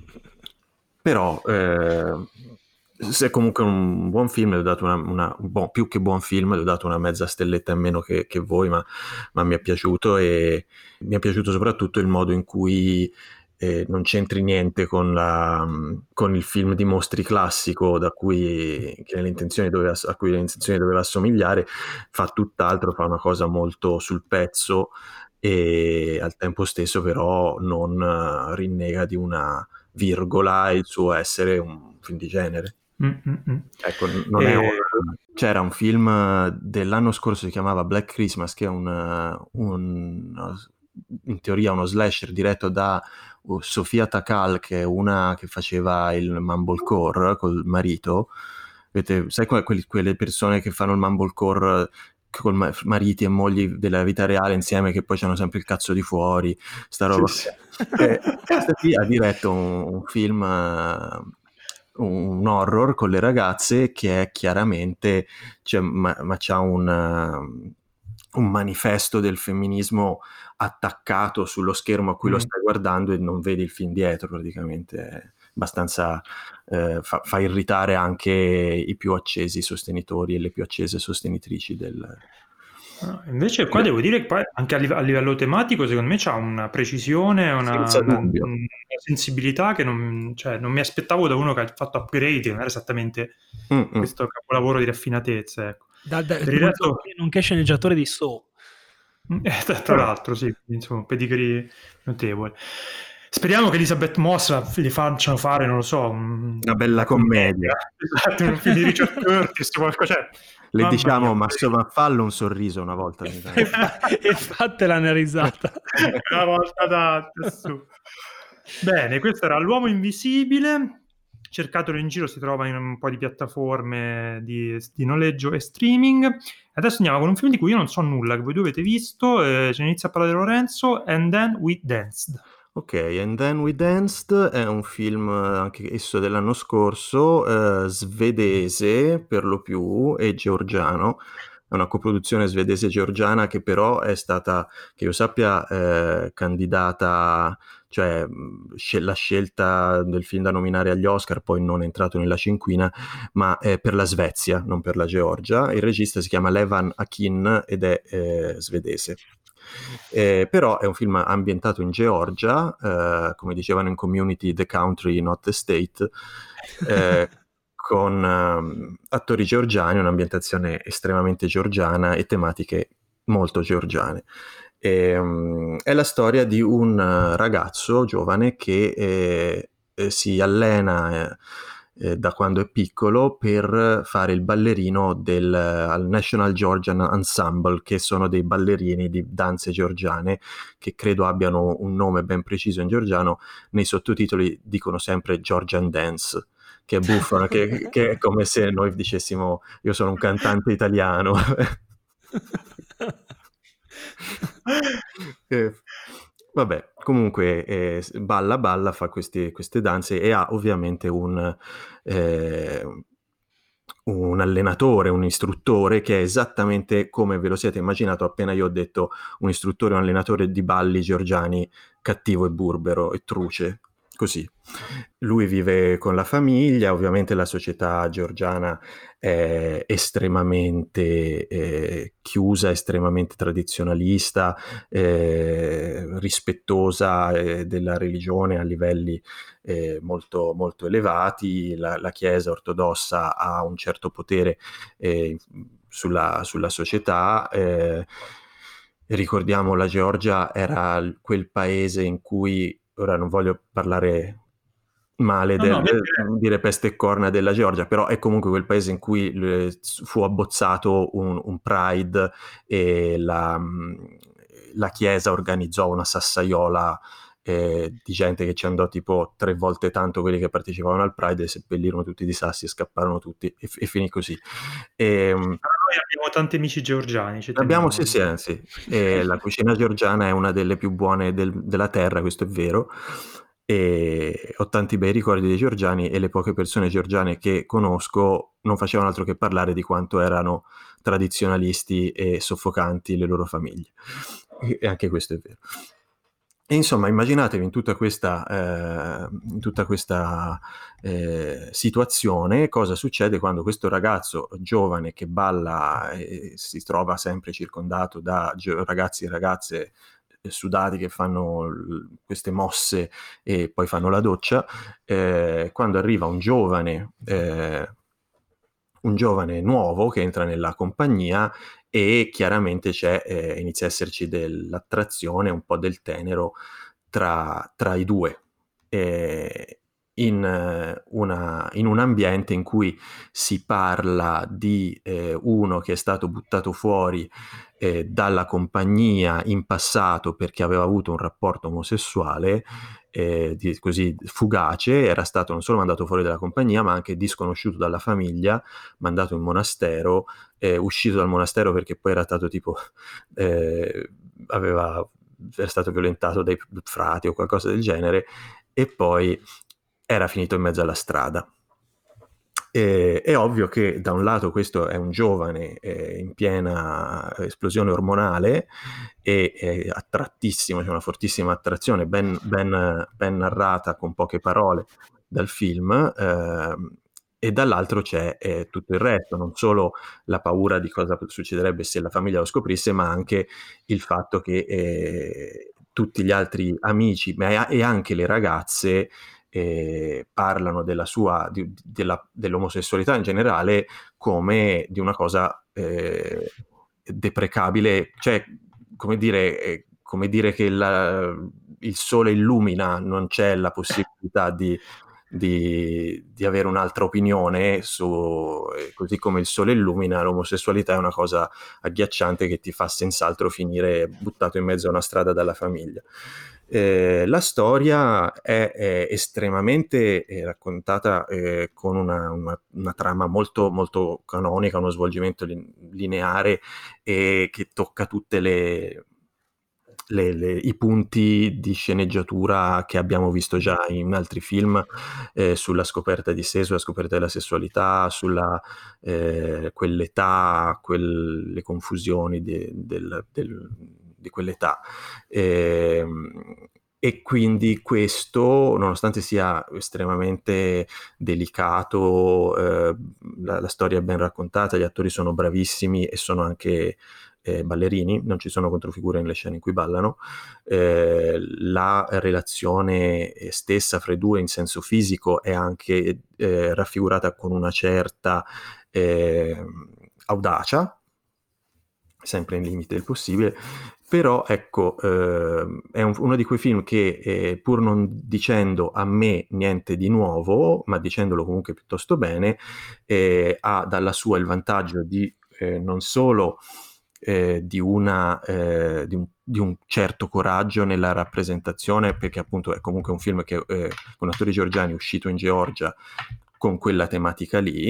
però eh, se è comunque un buon film, le ho dato una, una un buon, più che buon film, le ho dato una mezza stelletta in meno che, che voi, ma, ma mi è piaciuto, e mi è piaciuto soprattutto il modo in cui eh, non c'entri niente con, la, con il film di mostri classico da cui, che nelle intenzioni doveva, a cui le intenzioni doveva assomigliare, fa tutt'altro, fa una cosa molto sul pezzo e al tempo stesso però non uh, rinnega di una virgola il suo essere un film di genere. Mm-mm. Ecco, non e... è un, c'era un film dell'anno scorso che si chiamava Black Christmas, che è un, un in teoria uno slasher diretto da uh, Sofia Takal, che è una che faceva il mumblecore col marito. Vedete, sai que- quelli, quelle persone che fanno il mumblecore con ma- mariti e mogli della vita reale insieme, che poi c'hanno sempre il cazzo di fuori, sta roba. Sì, sì. E questa qui ha diretto un, un film, uh, un horror con le ragazze che è chiaramente, cioè, ma, ma c'ha un, uh, un manifesto del femminismo attaccato sullo schermo a cui mm. lo stai guardando e non vedi il film dietro, praticamente è abbastanza eh, fa, fa irritare anche i più accesi sostenitori e le più accese sostenitrici del... No, invece qua devo dire che poi anche a livello, a livello tematico secondo me c'ha una precisione, una, una, una sensibilità che non, cioè, non mi aspettavo da uno che ha fatto Upgrade, che non era esattamente Mm-mm. questo capolavoro di raffinatezza, ecco. Da, da, per il resto, nonché sceneggiatore di Saw. Eh, tra, tra l'altro, sì, insomma, un pedigree notevole. Speriamo che Elizabeth Moss li facciano fare, non lo so, un... una bella commedia. Esatto, un film di Richard Curtis, qualcosa. Cioè, le diciamo, ma insomma, fallo un sorriso una volta. e, fa, e fatela una risata. Una volta date, su. Bene, questo era L'Uomo Invisibile. Cercatelo in giro, si trova in un po' di piattaforme di, di noleggio e streaming. Adesso andiamo con un film di cui io non so nulla, che voi due avete visto, eh, ce ne inizia a parlare Lorenzo, And Then We Danced. Ok, And Then We Danced è un film anche esso dell'anno scorso, eh, svedese per lo più e georgiano. È una coproduzione svedese-georgiana che però è stata, che io sappia, eh, candidata, cioè la scelta del film da nominare agli Oscar, poi non è entrato nella cinquina, ma è per la Svezia, non per la Georgia. Il regista si chiama Levan Akin ed è eh, svedese. Eh, però è un film ambientato in Georgia, eh, come dicevano in Community, the country, not the state, eh, con um, attori georgiani, un'ambientazione estremamente georgiana e tematiche molto georgiane. E, um, è la storia di un ragazzo giovane che eh, eh, si allena eh, eh, da quando è piccolo per fare il ballerino del al National Georgian Ensemble, che sono dei ballerini di danze georgiane che credo abbiano un nome ben preciso in georgiano. Nei sottotitoli dicono sempre Georgian Dance, che è buffo, che, che è come se noi dicessimo io sono un cantante italiano. eh, vabbè, comunque eh, balla balla, fa questi, queste danze e ha ovviamente un, eh, un allenatore, un istruttore che è esattamente come ve lo siete immaginato appena io ho detto un istruttore, un allenatore di balli georgiani cattivo e burbero e truce. Così. Lui vive con la famiglia, ovviamente la società georgiana è estremamente eh, chiusa, estremamente tradizionalista, eh, rispettosa eh, della religione a livelli eh, molto, molto elevati. La, la Chiesa ortodossa ha un certo potere eh, sulla, sulla società. Eh, ricordiamo, la Georgia era quel paese in cui, ora non voglio parlare male, no, del, no, del, dire peste e corna della Georgia, però è comunque quel paese in cui le, fu abbozzato un, un Pride e la, la Chiesa organizzò una sassaiola eh, di gente che ci andò tipo tre volte tanto quelli che partecipavano al Pride e seppellirono tutti di sassi e scapparono tutti e, e finì così. E, noi abbiamo tanti amici georgiani. Abbiamo, sì, sì, sì. E la cucina georgiana è una delle più buone del, della terra, questo è vero. E ho tanti bei ricordi dei georgiani e le poche persone georgiane che conosco non facevano altro che parlare di quanto erano tradizionalisti e soffocanti le loro famiglie. E anche questo è vero. E insomma, immaginatevi in tutta questa, eh, in tutta questa eh, situazione cosa succede quando questo ragazzo giovane che balla e si trova sempre circondato da ragazzi e ragazze sudati che fanno l- queste mosse e poi fanno la doccia, eh, quando arriva un giovane, eh, un giovane nuovo che entra nella compagnia e chiaramente c'è, eh, inizia a esserci dell'attrazione, un po' del tenero tra, tra i due. Eh, in, eh, una, in un ambiente in cui si parla di eh, uno che è stato buttato fuori eh, dalla compagnia in passato perché aveva avuto un rapporto omosessuale eh, di, così fugace, era stato non solo mandato fuori dalla compagnia ma anche disconosciuto dalla famiglia, mandato in monastero, eh, uscito dal monastero perché poi era stato tipo eh, aveva era stato violentato dai frati o qualcosa del genere e poi era finito in mezzo alla strada. E, è ovvio che da un lato questo è un giovane eh, in piena esplosione ormonale e è attrattissimo, c'è una fortissima attrazione ben, ben, ben narrata con poche parole dal film, eh, e dall'altro c'è eh, tutto il resto, non solo la paura di cosa succederebbe se la famiglia lo scoprisse, ma anche il fatto che eh, tutti gli altri amici ma e anche le ragazze eh, parlano della sua, di, della, dell'omosessualità in generale come di una cosa eh, deprecabile, cioè come dire, eh, come dire che la, il sole illumina, non c'è la possibilità di, di, di avere un'altra opinione su, così come il sole illumina, l'omosessualità è una cosa agghiacciante che ti fa senz'altro finire buttato in mezzo a una strada dalla famiglia. Eh, la storia è, è estremamente eh, raccontata eh, con una, una, una trama molto, molto canonica, uno svolgimento lin- lineare e che tocca tutte le, le, le, i punti di sceneggiatura che abbiamo visto già in altri film, eh, sulla scoperta di sé, sulla scoperta della sessualità, sulla eh, quell'età, quelle confusioni de, del, del di quell'età e, e quindi questo, nonostante sia estremamente delicato, eh, la, la storia è ben raccontata, gli attori sono bravissimi e sono anche eh, ballerini, non ci sono controfigure nelle scene in cui ballano, eh, la relazione stessa fra i due in senso fisico è anche eh, raffigurata con una certa eh, audacia, sempre nei limiti del possibile, però ecco, eh, è un, uno di quei film che eh, pur non dicendo a me niente di nuovo, ma dicendolo comunque piuttosto bene, eh, ha dalla sua il vantaggio di eh, non solo eh, di, una, eh, di, un, di un certo coraggio nella rappresentazione, perché appunto è comunque un film che eh, con attori georgiani uscito in Georgia con quella tematica lì,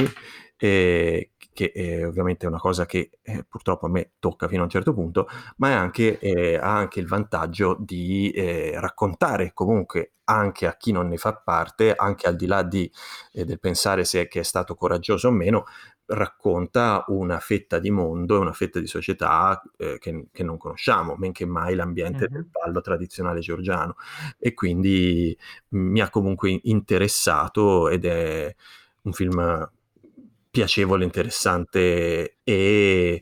eh, che eh, ovviamente è una cosa che eh, purtroppo a me tocca fino a un certo punto, ma è anche, eh, ha anche il vantaggio di eh, raccontare comunque anche a chi non ne fa parte, anche al di là di, eh, del pensare se è, che è stato coraggioso o meno, racconta una fetta di mondo e una fetta di società eh, che, che non conosciamo, men che mai l'ambiente mm-hmm. del ballo tradizionale georgiano, e quindi mi ha comunque interessato ed è un film piacevole, interessante e,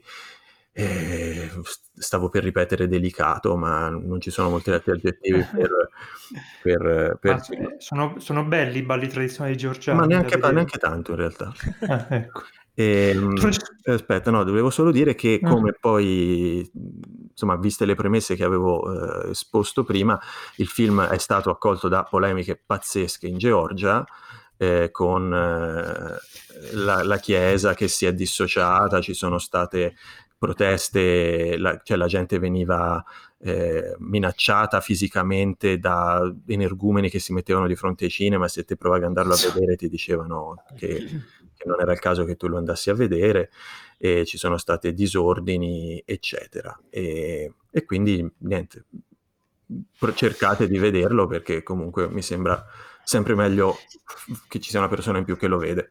e stavo per ripetere delicato, ma non ci sono molti altri aggettivi per, per, per... sono, sono belli i balli tradizionali georgiani, ma neanche, neanche tanto in realtà. Ah, ecco. E, aspetta, no, dovevo solo dire che come poi, insomma, viste le premesse che avevo eh, esposto prima, il film è stato accolto da polemiche pazzesche in Georgia, eh, con eh, la, la chiesa che si è dissociata, ci sono state proteste, la, cioè la gente veniva eh, minacciata fisicamente da energumeni che si mettevano di fronte ai cinema, se te provavi ad andarlo a vedere ti dicevano che, che non era il caso che tu lo andassi a vedere, e ci sono state disordini eccetera, e, e quindi niente, cercate di vederlo perché comunque mi sembra sempre meglio che ci sia una persona in più che lo vede.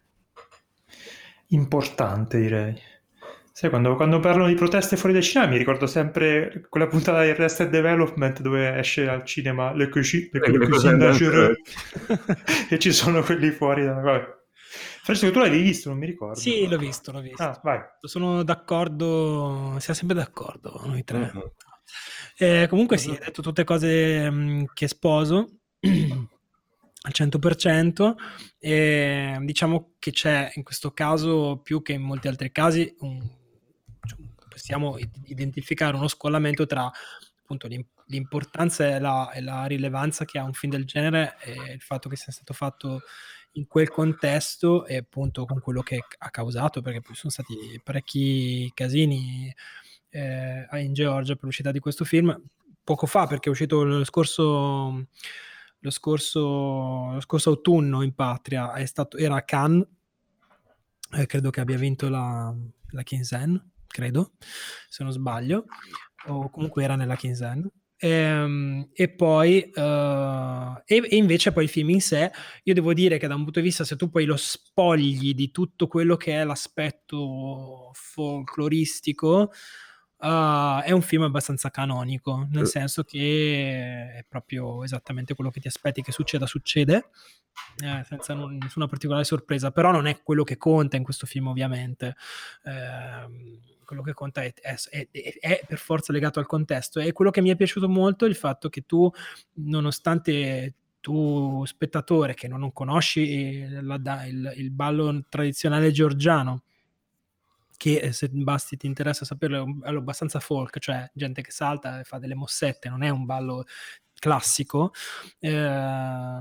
Importante, direi. Sai, quando, quando parlano di proteste fuori dai cinema mi ricordo sempre quella puntata di Arrested Development dove esce al cinema Le Cuisine Dangereux e ci sono quelli fuori da... Vabbè. Francesco, tu l'hai visto? Non mi ricordo. Sì, l'ho visto, l'ho visto. Ah, vai. Sono d'accordo, siamo sempre d'accordo noi tre. Mm-hmm. Eh, comunque sì, hai detto tutte cose mh, che sposo al cento per cento. E diciamo che c'è in questo caso, più che in molti altri casi, un, cioè, possiamo identificare uno scollamento tra appunto l'importanza e la, e la rilevanza che ha un film del genere e il fatto che sia stato fatto in quel contesto e appunto con quello che ha causato, perché poi sono stati parecchi casini eh, in Georgia per l'uscita di questo film poco fa, perché è uscito lo scorso lo scorso, lo scorso autunno in patria, è stato, era a Cannes, eh, credo che abbia vinto la, la Quinzaine, credo, se non sbaglio, o comunque era nella Quinzaine. E, e poi uh, e, e invece poi il film in sé, io devo dire che da un punto di vista, se tu poi lo spogli di tutto quello che è l'aspetto folcloristico, uh, è un film abbastanza canonico, nel senso che è proprio esattamente quello che ti aspetti che succeda succede, eh, senza non, nessuna particolare sorpresa, però non è quello che conta in questo film, ovviamente. Eh, quello che conta è, è, è, è per forza legato al contesto. E quello che mi è piaciuto molto è il fatto che tu, nonostante tu spettatore che non conosci la, il, il ballo tradizionale georgiano, che se basti ti interessa saperlo, è un ballo abbastanza folk, cioè gente che salta e fa delle mossette, non è un ballo classico, eh,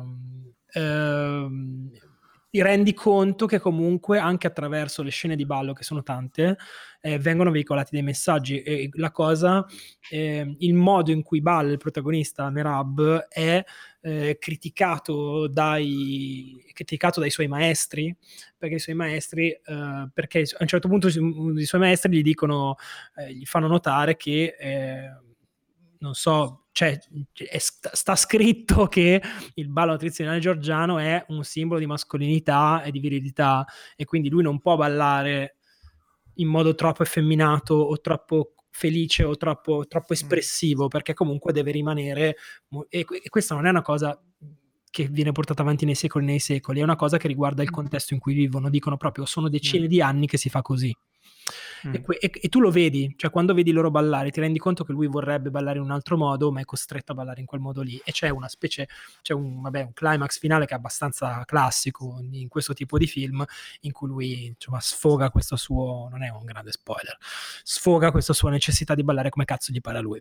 eh, ti rendi conto che comunque anche attraverso le scene di ballo, che sono tante, eh, vengono veicolati dei messaggi, e la cosa, eh, il modo in cui balla il protagonista Merab è eh, criticato dai criticato dai suoi maestri, perché i suoi maestri eh, perché a un certo punto i suoi maestri gli dicono, eh, gli fanno notare che eh, non so, cioè è, sta scritto che il ballo tradizionale georgiano è un simbolo di mascolinità e di virilità, e quindi lui non può ballare in modo troppo effeminato o troppo felice o troppo, troppo espressivo, perché comunque deve rimanere, e, e questa non è una cosa che viene portata avanti nei secoli e nei secoli, è una cosa che riguarda il contesto in cui vivono, dicono proprio sono decine di anni che si fa così. Mm. E, que- e, e tu lo vedi, cioè quando vedi loro ballare ti rendi conto che lui vorrebbe ballare in un altro modo, ma è costretto a ballare in quel modo lì, e c'è una specie, c'è un, vabbè, un climax finale che è abbastanza classico in questo tipo di film, in cui lui, insomma, sfoga questo suo, non è un grande spoiler, sfoga questa sua necessità di ballare come cazzo gli pare a lui.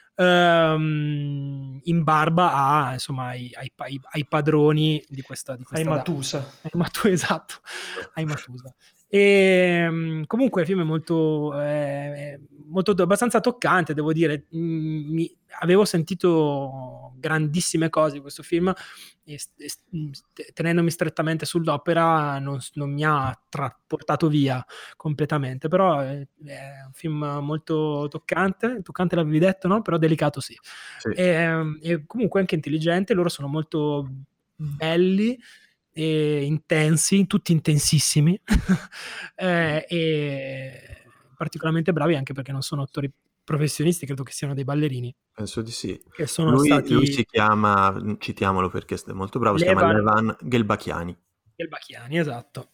Um, in barba a, insomma, ai, ai, ai, ai padroni di questa, di questa ai Matusa, ai Matu, esatto, ai Matusa. E comunque il film è molto, eh, molto abbastanza toccante, devo dire. Mi, avevo sentito grandissime cose di questo film e, e tenendomi strettamente sull'opera non, non mi ha tra, portato via completamente, però è, è un film molto toccante. Toccante l'avevi detto, no? Però delicato sì, sì. E, e comunque anche intelligente. Loro sono molto belli e intensi, tutti intensissimi eh, e particolarmente bravi, anche perché non sono attori professionisti, credo che siano dei ballerini. Penso di sì. Che sono lui, stati... lui si chiama, citiamolo perché è molto bravo, Levan, si chiama Levan Gelbakiani. Gelbakiani, esatto.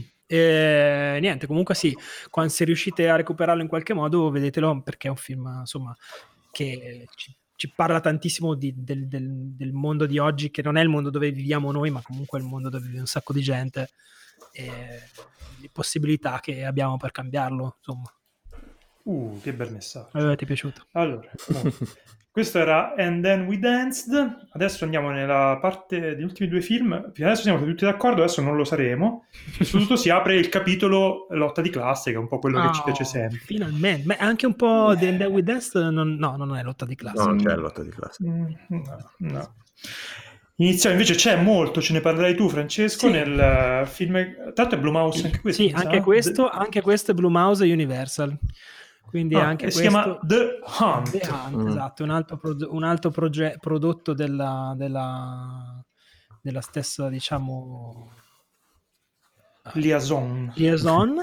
E, niente, comunque sì, quando se riuscite a recuperarlo in qualche modo, vedetelo, perché è un film, insomma, che ci ci parla tantissimo di, del, del, del mondo di oggi, che non è il mondo dove viviamo noi, ma comunque è il mondo dove vive un sacco di gente, e le possibilità che abbiamo per cambiarlo, insomma. Uh, che bel messaggio. Eh, ti è piaciuto? Allora, questo era And Then We Danced. Adesso andiamo nella parte degli ultimi due film. Fino adesso siamo tutti d'accordo, adesso non lo saremo. Soprattutto si apre il capitolo lotta di classe, che è un po' quello oh, che ci piace sempre. Finalmente, ma anche un po' di And Then We Danced, non, no, non è lotta di classe. No, non c'è lotta di classe. Mm, no, no. Iniziamo, invece c'è molto, ce ne parlerai tu, Francesco, sì. Nel film. Tanto è Blumhouse anche questo. Sì, anche questo, anche questo è Blumhouse e Universal. Quindi ah, anche si questo, chiama The Hunt, The Hunt mm. esatto, un altro, pro- un altro proge- prodotto della, della, della stessa, diciamo, Liaison, Liaison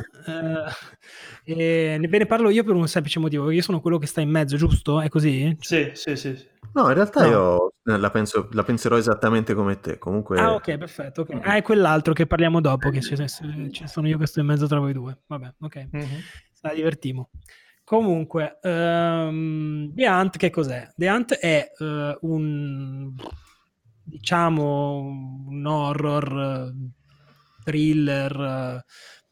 eh, e ne, ne parlo io per un semplice motivo, perché io sono quello che sta in mezzo, giusto? È così? Sì, sì, sì, sì. No, in realtà no. io la, penso, la penserò esattamente come te. Comunque... Ah, ok, perfetto. Okay. Ah, è quell'altro che parliamo dopo, che ci sono io che sto in mezzo tra voi due. Vabbè, ok. Mm-hmm. La divertimo. Comunque, um, The Hunt che cos'è? The Hunt è uh, un, diciamo, un horror, thriller, uh,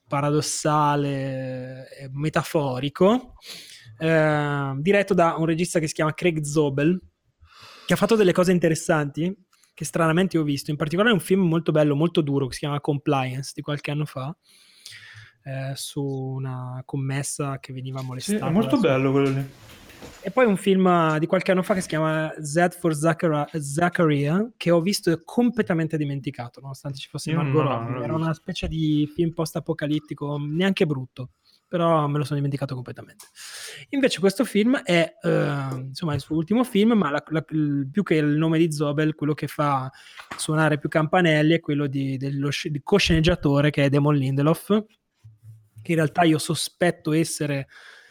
paradossale, eh, metaforico, uh, diretto da un regista che si chiama Craig Zobel, che ha fatto delle cose interessanti, che stranamente ho visto, in particolare un film molto bello, molto duro, che si chiama Compliance, di qualche anno fa, Eh, su una commessa che veniva molestata. Sì, è molto bello quello lì. E poi un film di qualche anno fa che si chiama Z for Zachara- Zacharia, che ho visto e completamente dimenticato, nonostante ci fosse Io Margot non l'ho- Robbie. non l'ho Era visto. una specie di film post-apocalittico, neanche brutto, però me lo sono dimenticato completamente. Invece questo film è eh, insomma il suo ultimo film, ma la- la- il- più che il nome di Zobel, quello che fa suonare più campanelli è quello di, dello sc- di co-sceneggiatore, che è Damon Lindelof, che in realtà io sospetto essere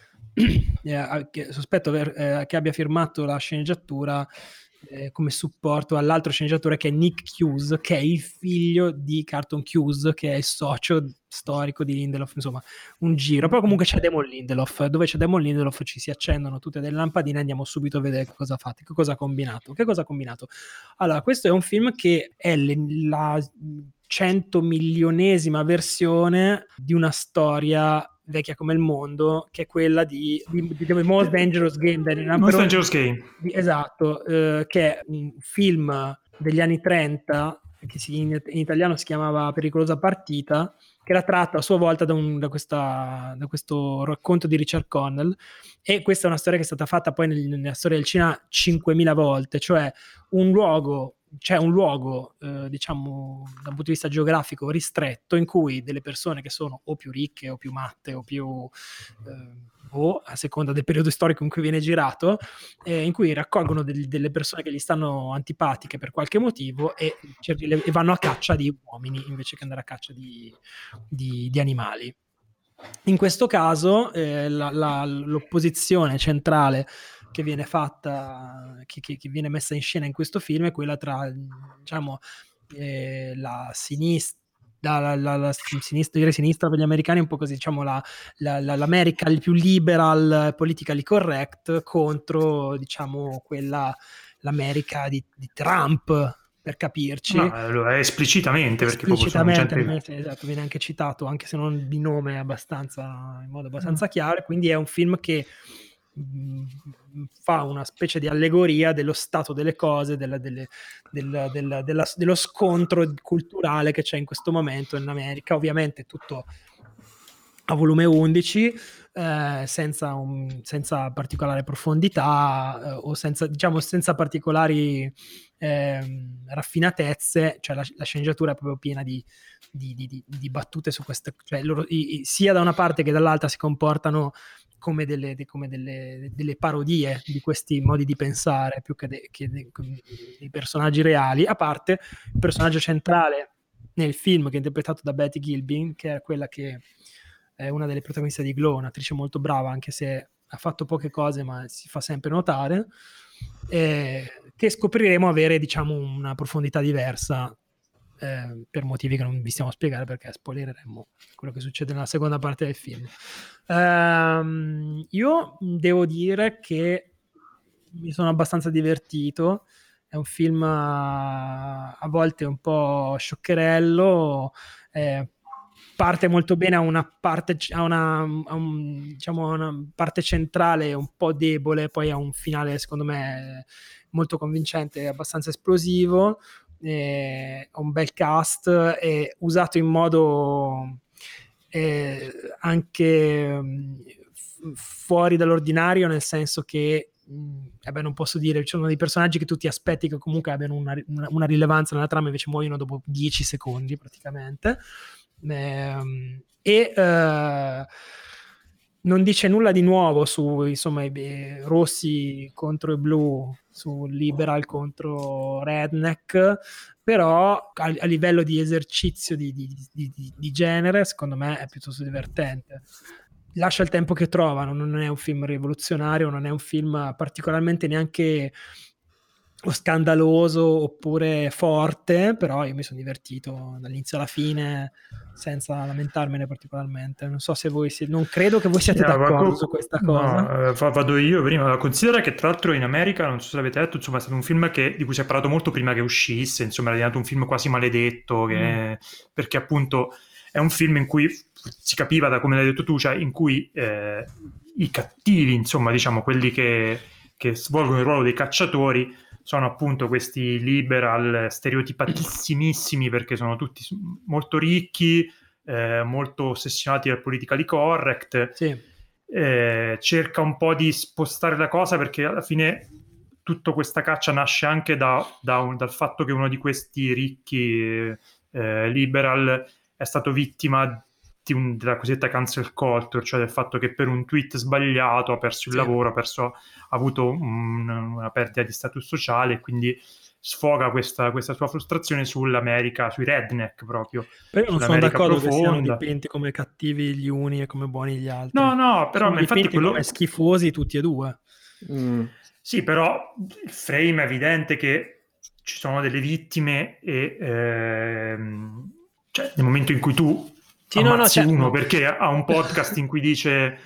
eh, che, sospetto aver, eh, che abbia firmato la sceneggiatura eh, come supporto all'altro sceneggiatore, che è Nick Hughes, che è il figlio di Carlton Hughes, che è il socio storico di Lindelof, insomma un giro. Però comunque c'è Damon Lindelof, dove c'è Damon Lindelof ci si accendono tutte delle lampadine, andiamo subito a vedere che cosa ha fatto, che cosa ha combinato. Che cosa ha combinato? Allora, questo è un film che è le, la centomilionesima versione di una storia vecchia come il mondo, che è quella di, di, di The Most Dangerous Game. Most Dangerous Game. Esatto, eh, che è un film degli anni trenta, che si, in, in italiano si chiamava Pericolosa partita, che era tratto a sua volta da, un, da, questa, da questo racconto di Richard Connell, e questa è una storia che è stata fatta poi nel, nella storia del cinema cinquemila volte, cioè un luogo c'è un luogo, eh, diciamo, da un punto di vista geografico ristretto, in cui delle persone che sono o più ricche o più matte o più eh, o a seconda del periodo storico in cui viene girato, eh, in cui raccolgono del, delle persone che gli stanno antipatiche per qualche motivo e, e vanno a caccia di uomini invece che andare a caccia di, di, di animali. In questo caso eh, la, la, l'opposizione centrale che viene fatta, che, che, che viene messa in scena in questo film è quella tra, diciamo, eh, la sinistra, la, la, la sinistra, dire sinistra per gli americani è un po' così, diciamo, la, la, la, l'America il più liberal, politically correct, contro, diciamo, quella, l'America di, di Trump, per capirci. No, è esplicitamente, perché esplicitamente, proprio sono gente... esatto, viene anche citato, anche se non di nome abbastanza, in modo abbastanza chiaro, quindi è un film che fa una specie di allegoria dello stato delle cose, della, delle, della, della, della, dello scontro culturale che c'è in questo momento in America, ovviamente tutto a volume undici, eh, senza, un, senza particolare profondità eh, o senza, diciamo, senza particolari eh, raffinatezze, cioè la, la sceneggiatura è proprio piena di, di, di, di battute su queste, cioè loro, i, sia da una parte che dall'altra si comportano come delle, de, come delle, delle parodie di questi modi di pensare più che, de, che de, dei personaggi reali, a parte il personaggio centrale nel film, che è interpretato da Betty Gilpin, che è quella che è una delle protagoniste di Glow, un'attrice molto brava, anche se ha fatto poche cose ma si fa sempre notare, eh, che scopriremo avere, diciamo, una profondità diversa eh, per motivi che non vi stiamo a spiegare, perché spoilereremo quello che succede nella seconda parte del film. Um, io devo dire che mi sono abbastanza divertito, è un film a, a volte un po' scioccherello, eh, parte molto bene, a una parte, a una, a un, diciamo, una parte centrale un po' debole, poi ha un finale secondo me molto convincente, abbastanza esplosivo, eh, ha un bel cast, è usato in modo eh, anche mh, fuori dall'ordinario, nel senso che mh, eh beh, non posso dire, ci sono dei personaggi che tu ti aspetti che comunque abbiano una, una, una rilevanza nella trama, invece muoiono dopo dieci secondi praticamente. Eh, e eh, non dice nulla di nuovo su, insomma, i beh, rossi contro i blu, su liberal contro redneck, però a, a livello di esercizio di, di, di, di, di genere secondo me è piuttosto divertente. Lascia il tempo che trovano, non è un film rivoluzionario, non è un film particolarmente neanche o scandaloso oppure forte, però io mi sono divertito dall'inizio alla fine senza lamentarmene particolarmente. Non so se voi si... non credo che voi siete Yeah, d'accordo co- su questa no, cosa. eh, va- vado io prima. Considera che tra l'altro in America, non so se l'avete detto, insomma è stato un film che, di cui si è parlato molto prima che uscisse, insomma era diventato un film quasi maledetto, che, mm. perché appunto è un film in cui si capiva, da come l'hai detto tu, cioè in cui eh, i cattivi, insomma diciamo quelli che, che svolgono il ruolo dei cacciatori, sono appunto questi liberal stereotipatissimissimi, perché sono tutti molto ricchi, eh, molto ossessionati dal politically correct. Sì. Eh, cerca un po' di spostare la cosa, perché alla fine tutta questa caccia nasce anche da, da un, dal fatto che uno di questi ricchi eh, liberal è stato vittima di un, della cosiddetta cancel culture, cioè del fatto che per un tweet sbagliato ha perso il sì. lavoro, ha, perso, ha avuto un, una perdita di status sociale, e quindi sfoga questa, questa sua frustrazione sull'America, sui redneck proprio. Però non sono d'accordo profonda. Che siano dipinti come cattivi gli uni e come buoni gli altri. No, no, però sono infatti quello... come schifosi tutti e due. Mm. Sì, però il frame è evidente che ci sono delle vittime e ehm, cioè, nel momento in cui tu sì, ammazzi no, no, certo, uno no. perché ha un podcast in cui dice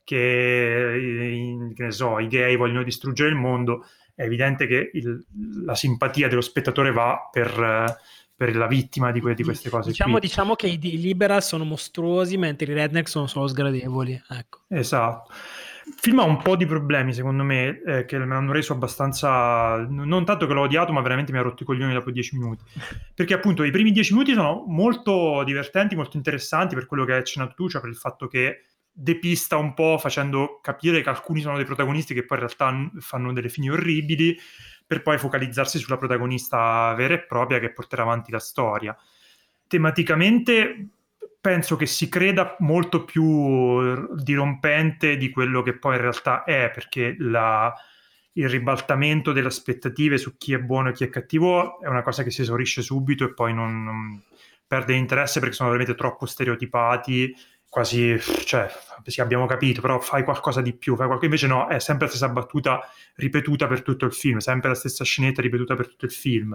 che, che ne so, i gay vogliono distruggere il mondo, è evidente che il, la simpatia dello spettatore va per, per la vittima di, que, di queste cose diciamo, qui. Diciamo che i, i liberal sono mostruosi mentre i redneck sono solo sgradevoli, ecco. Esatto. Il film ha un po' di problemi, secondo me, eh, che me l'hanno reso abbastanza... non tanto che l'ho odiato, ma veramente mi ha rotto i coglioni dopo dieci minuti. Perché appunto i primi dieci minuti sono molto divertenti, molto interessanti per quello che hai accennato tu, cioè per il fatto che depista un po' facendo capire che alcuni sono dei protagonisti che poi in realtà fanno delle fini orribili, per poi focalizzarsi sulla protagonista vera e propria che porterà avanti la storia. Tematicamente penso che si creda molto più dirompente di quello che poi in realtà è, perché la, il ribaltamento delle aspettative su chi è buono e chi è cattivo è una cosa che si esaurisce subito e poi non, non perde interesse, perché sono veramente troppo stereotipati, quasi, cioè, sì, abbiamo capito, però fai qualcosa di più, fai qualcosa... invece no, è sempre la stessa battuta ripetuta per tutto il film, sempre la stessa scenetta ripetuta per tutto il film.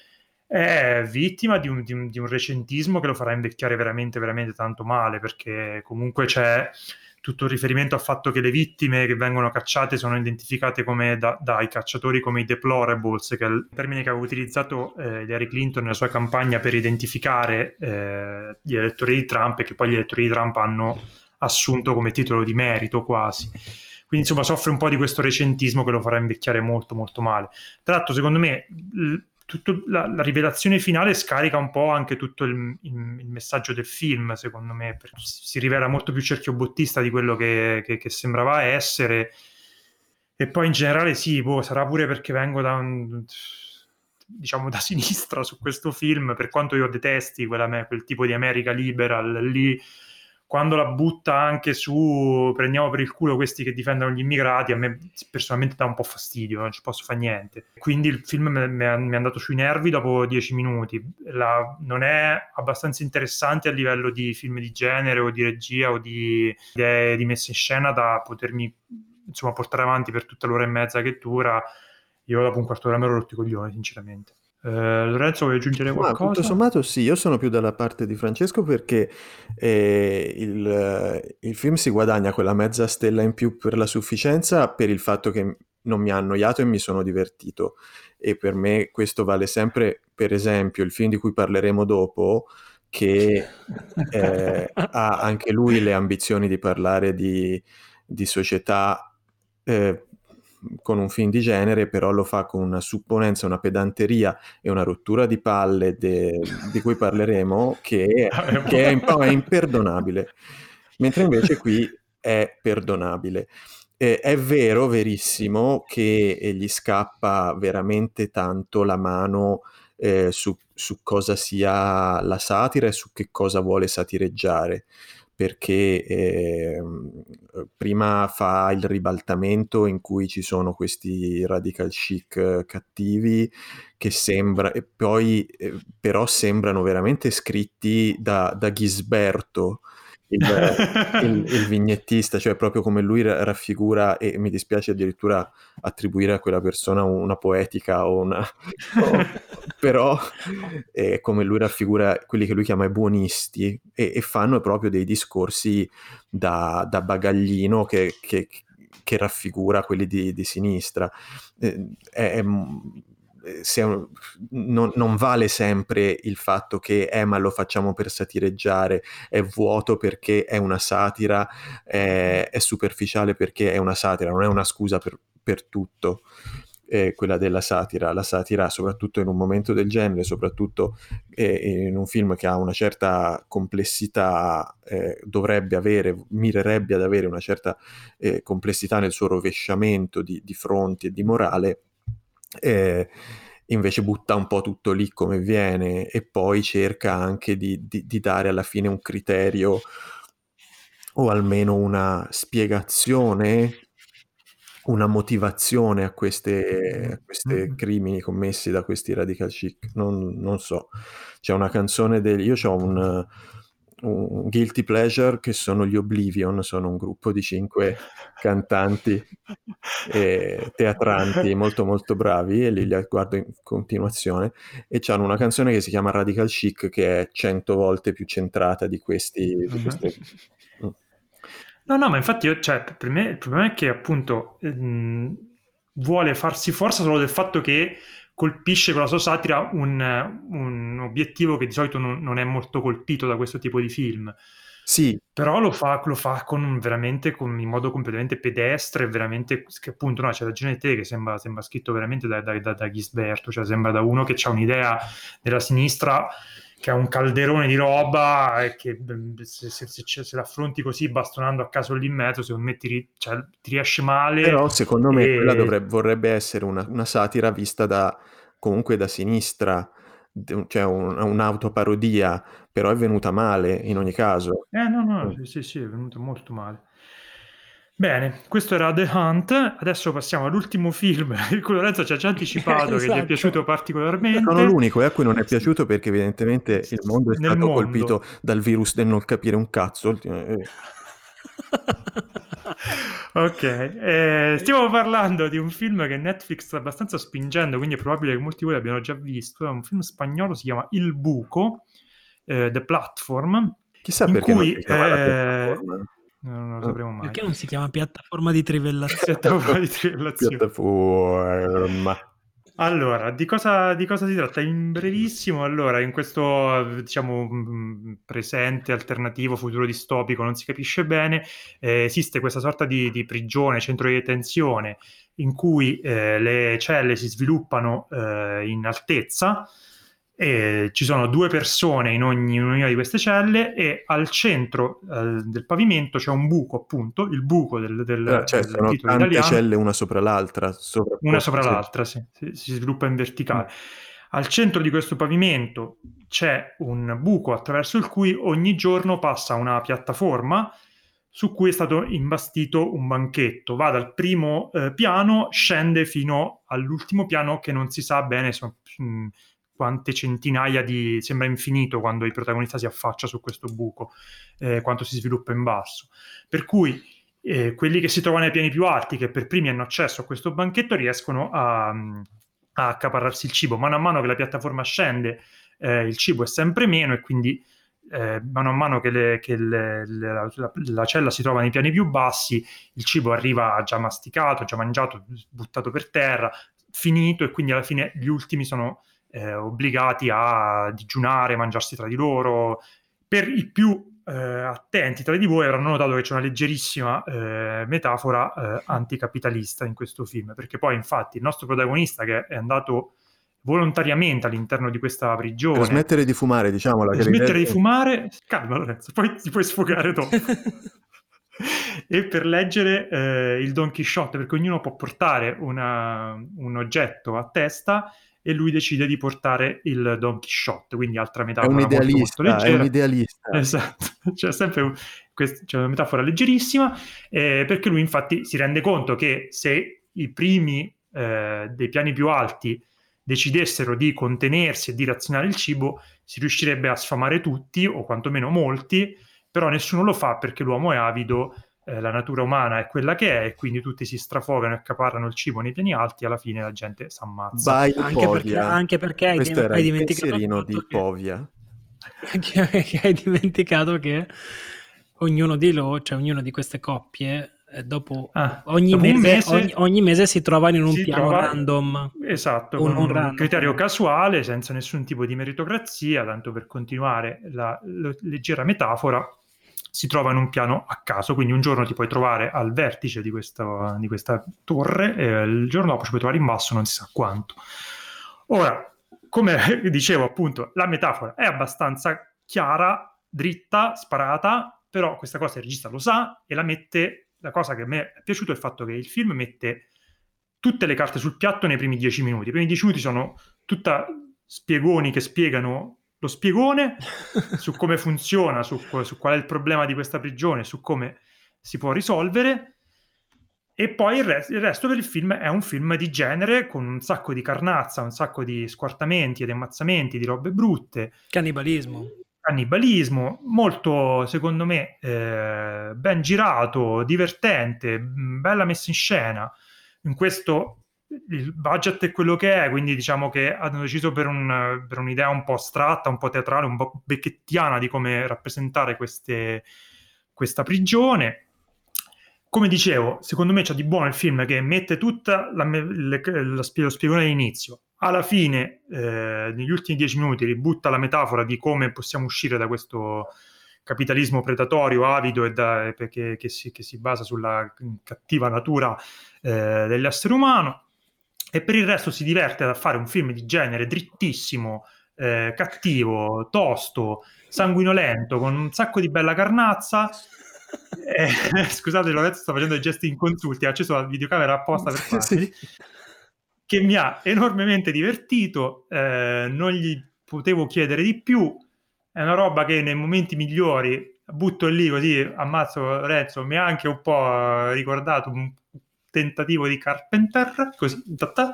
È vittima di un, di, un, di un recentismo che lo farà invecchiare veramente, veramente tanto male, perché comunque c'è tutto il riferimento al fatto che le vittime che vengono cacciate sono identificate come da, dai cacciatori come i deplorables, che è il termine che aveva utilizzato eh, Hillary Clinton nella sua campagna per identificare eh, gli elettori di Trump, e che poi gli elettori di Trump hanno assunto come titolo di merito quasi. Quindi insomma soffre un po' di questo recentismo che lo farà invecchiare molto molto male. Tra l'altro secondo me l- Tutto, la, la rivelazione finale scarica un po' anche tutto il, il, il messaggio del film, secondo me, perché si rivela molto più cerchiobottista di quello che, che, che sembrava essere. E poi in generale sì, boh, sarà pure perché vengo da un, diciamo da sinistra su questo film, per quanto io detesti quella, quel tipo di America liberal lì, quando la butta anche su prendiamo per il culo questi che difendono gli immigrati, a me personalmente dà un po' fastidio, non ci posso fare niente. Quindi il film mi è andato sui nervi dopo dieci minuti. La, non è abbastanza interessante a livello di film di genere o di regia o di idee di messa in scena da potermi insomma portare avanti per tutta l'ora e mezza che dura. Io dopo un quarto d'ora mi ero rotto i coglioni, sinceramente. Uh, Lorenzo, vuoi aggiungere qualcosa? Ma tutto sommato sì, io sono più dalla parte di Francesco, perché eh, il, il film si guadagna quella mezza stella in più per la sufficienza, per il fatto che non mi ha annoiato e mi sono divertito, e per me questo vale sempre. Per esempio il film di cui parleremo dopo, che eh, ha anche lui le ambizioni di parlare di, di società eh, con un film di genere, però lo fa con una supponenza, una pedanteria e una rottura di palle de, di cui parleremo, che, che è, è imperdonabile, mentre invece qui è perdonabile. Eh, è vero, verissimo, che gli scappa veramente tanto la mano eh, su, su cosa sia la satira e su che cosa vuole satireggiare, perché eh, prima fa il ribaltamento in cui ci sono questi radical chic cattivi che sembra, e poi eh, però sembrano veramente scritti da, da Ghisberto, il, il, il vignettista, cioè proprio come lui raffigura, e mi dispiace addirittura attribuire a quella persona una poetica o una o, però è come lui raffigura quelli che lui chiama i buonisti, e, e fanno proprio dei discorsi da, da bagaglino che, che, che raffigura quelli di, di sinistra. Eh, è, è Se un, non, non vale sempre il fatto che eh, ma lo facciamo per satireggiare, è vuoto perché è una satira, è, è superficiale perché è una satira, non è una scusa per, per tutto. Eh, quella della satira, la satira soprattutto in un momento del genere, soprattutto eh, in un film che ha una certa complessità, eh, dovrebbe avere, mirerebbe ad avere una certa eh, complessità nel suo rovesciamento di, di fronti e di morale. Eh, invece butta un po' tutto lì come viene, e poi cerca anche di, di, di dare alla fine un criterio o almeno una spiegazione, una motivazione a queste, a queste crimini commessi da questi radical chic. Non, non so, c'è una canzone del... io ho un un guilty pleasure che sono gli Oblivion, sono un gruppo di cinque cantanti e teatranti molto molto bravi, e li, li guardo in continuazione, e hanno una canzone che si chiama Radical Chic, che è cento volte più centrata di questi di queste... no no ma infatti io, cioè, per me il problema è che appunto ehm, vuole farsi forza solo del fatto che colpisce con la sua satira un, un obiettivo che di solito non, non è molto colpito da questo tipo di film. Sì. Però lo fa, lo fa con veramente con, in modo completamente pedestre, veramente, che appunto no, c'è ragione di te, che sembra, sembra scritto veramente da, da, da, da Ghisberto, cioè sembra da uno che ha un'idea della sinistra, che ha un calderone di roba, e che se, se, se, se l'affronti così bastonando a caso lì in mezzo, secondo me ti, cioè, ti riesce male. Però secondo me e... quella dovrebbe, vorrebbe essere una, una satira vista da comunque da sinistra, cioè un, un'autoparodia, però è venuta male in ogni caso. Eh no, no, sì, sì, sì, è venuta molto male. Bene, questo era The Hunt, adesso passiamo all'ultimo film, il cui Lorenzo ci ha già anticipato esatto. che gli è piaciuto particolarmente. Sono l'unico eh, a cui non è piaciuto, perché evidentemente il mondo è Nel stato mondo. colpito dal virus del non capire un cazzo. Ok, eh, stiamo parlando di un film che Netflix sta abbastanza spingendo, quindi è probabile che molti di voi l'abbiano già visto. È un film spagnolo, si chiama Il Buco, eh, The Platform. Chissà in perché cui, non si chiama la eh, piattaforma. non lo sapremo mai. Perché non si chiama piattaforma di trivellazione? Piattaforma di trivellazione. Piattaforma. Allora, di cosa, di cosa si tratta? In brevissimo, allora, in questo, diciamo, presente, alternativo, futuro distopico, non si capisce bene, eh, esiste questa sorta di, di prigione, centro di detenzione, in cui eh, le celle si sviluppano eh, in altezza, e ci sono due persone in, ogni, in ognuna di queste celle, e al centro eh, del pavimento c'è un buco, appunto, il buco del, del, Eh, cioè, del sono titolo tante italiano. celle una sopra l'altra. Una sopra l'altra, sì, si, si sviluppa in verticale. Mm. Al centro di questo pavimento c'è un buco attraverso il cui ogni giorno passa una piattaforma su cui è stato imbastito un banchetto. Va dal primo eh, piano, scende fino all'ultimo piano, che non si sa bene sono, mh, quante centinaia di... sembra infinito quando il protagonista si affaccia su questo buco, eh, quanto si sviluppa in basso. Per cui eh, quelli che si trovano ai piani più alti, che per primi hanno accesso a questo banchetto, riescono a, a accaparrarsi il cibo. Mano a mano che la piattaforma scende, eh, il cibo è sempre meno, e quindi eh, mano a mano che, le, che le, le, la, la cella si trova nei piani più bassi, il cibo arriva già masticato, già mangiato, buttato per terra, finito, e quindi alla fine gli ultimi sono eh, obbligati a digiunare, mangiarsi tra di loro. Per i più eh, attenti tra di voi avranno notato che c'è una leggerissima eh, metafora eh, anticapitalista in questo film, perché poi infatti il nostro protagonista, che è andato volontariamente all'interno di questa prigione per smettere di fumare, diciamo, per smettere di fumare, calma Lorenzo, poi ti puoi sfogare dopo. E per leggere eh, il Don Chisciotte, perché ognuno può portare una, un oggetto a testa, e lui decide di portare il Don Chisciotte, quindi altra metafora. È un idealista, molto, molto leggera. È un idealista. Esatto, c'è sempre un, quest- c'è una metafora leggerissima, eh, perché lui infatti si rende conto che se i primi eh, dei piani più alti decidessero di contenersi e di razionare il cibo, si riuscirebbe a sfamare tutti, o quantomeno molti, però nessuno lo fa perché l'uomo è avido, eh, la natura umana è quella che è, e quindi tutti si strafogano e accaparrano il cibo nei piani alti, e alla fine la gente si ammazza. Vai Anche perché, Povia. anche perché hai, Questo dim- era hai il dimenticato il pensierino fatto di che- Povia. che, che hai dimenticato che ognuno di loro, cioè ognuno di queste coppie, eh, dopo, Ah, ogni, dopo un mese, mese ogni, ogni mese si trovano in un si piano trova- random. Esatto, Un- con un un random. criterio casuale, senza nessun tipo di meritocrazia, tanto per continuare la, la leggera metafora, si trova in un piano a caso, quindi un giorno ti puoi trovare al vertice di questa, di questa torre e il giorno dopo ci puoi trovare in basso non si sa quanto. Ora, come dicevo appunto, la metafora è abbastanza chiara, dritta, sparata, però questa cosa il regista lo sa e la mette. La cosa che a me è piaciuto è il fatto che il film mette tutte le carte sul piatto nei primi dieci minuti. I primi dieci minuti sono tutta spiegoni che spiegano lo spiegone su come funziona, su, su qual è il problema di questa prigione, su come si può risolvere, e poi il, re- il resto del film è un film di genere con un sacco di carnazza, un sacco di squartamenti ed ammazzamenti, di robe brutte, Cannibalismo. cannibalismo, molto secondo me eh, ben girato, divertente, mh, bella messa in scena. In questo il budget è quello che è, quindi diciamo che hanno deciso per, un, per un'idea un po' astratta, un po' teatrale, un po' becchettiana di come rappresentare queste, questa prigione. Come dicevo, secondo me c'è di buono il film che mette tutta la, le, la, lo spiegone all'inizio. Alla fine, eh, negli ultimi dieci minuti, ributta la metafora di come possiamo uscire da questo capitalismo predatorio, avido e da, che, che, si, che si basa sulla cattiva natura eh, dell'essere umano. E per il resto si diverte a fare un film di genere drittissimo, eh, cattivo, tosto, sanguinolento, con un sacco di bella carnazza. Eh, scusate, Lorenzo sta facendo i gesti inconsulti, ha acceso la videocamera apposta per farli, sì. Che mi ha enormemente divertito, eh, non gli potevo chiedere di più, è una roba che nei momenti migliori butto lì così, ammazzo Lorenzo, mi ha anche un po' ricordato un tentativo di Carpenter, così, ta-ta,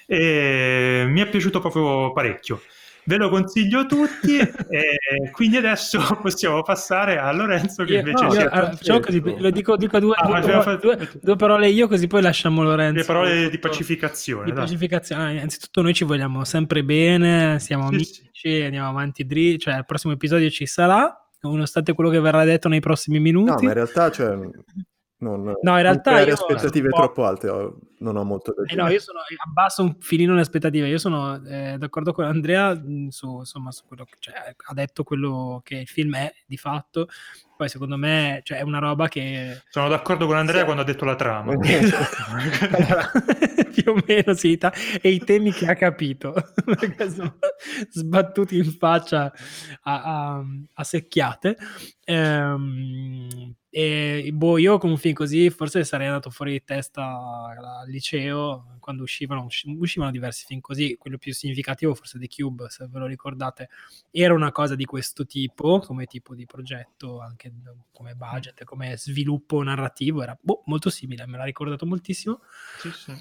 e mi è piaciuto proprio parecchio. Ve lo consiglio a tutti e quindi adesso possiamo passare a Lorenzo che io, invece no, si io, è uh, così, lo dico, dico due, ah, due, due, due, due parole io così poi lasciamo Lorenzo. Le parole di pacificazione. Di pacificazione. Ah, innanzitutto noi ci vogliamo sempre bene, siamo sì, amici, sì. Andiamo avanti dritto, cioè il prossimo episodio ci sarà, nonostante quello che verrà detto nei prossimi minuti. No, ma in realtà cioè... Non, no, in realtà non io aspettative troppo alte, non ho molto da dire. Eh no, io sono abbasso un filino le aspettative. Io sono eh, d'accordo con Andrea su, insomma, su quello che cioè, ha detto, quello che il film è di fatto. Poi secondo me cioè, è una roba che sono d'accordo con Andrea sì. quando ha detto la trama. Allora, più o meno sì, ta- e i temi che ha capito perché sono sbattuti in faccia a, a, a secchiate. Ehm, e boh, io con un film così forse sarei andato fuori di testa al liceo quando uscivano, uscivano diversi film così. Quello più significativo forse The Cube, se ve lo ricordate, era una cosa di questo tipo, come tipo di progetto, anche come budget, come sviluppo narrativo, era boh, molto simile, me l'ha ricordato moltissimo. Sì, sì.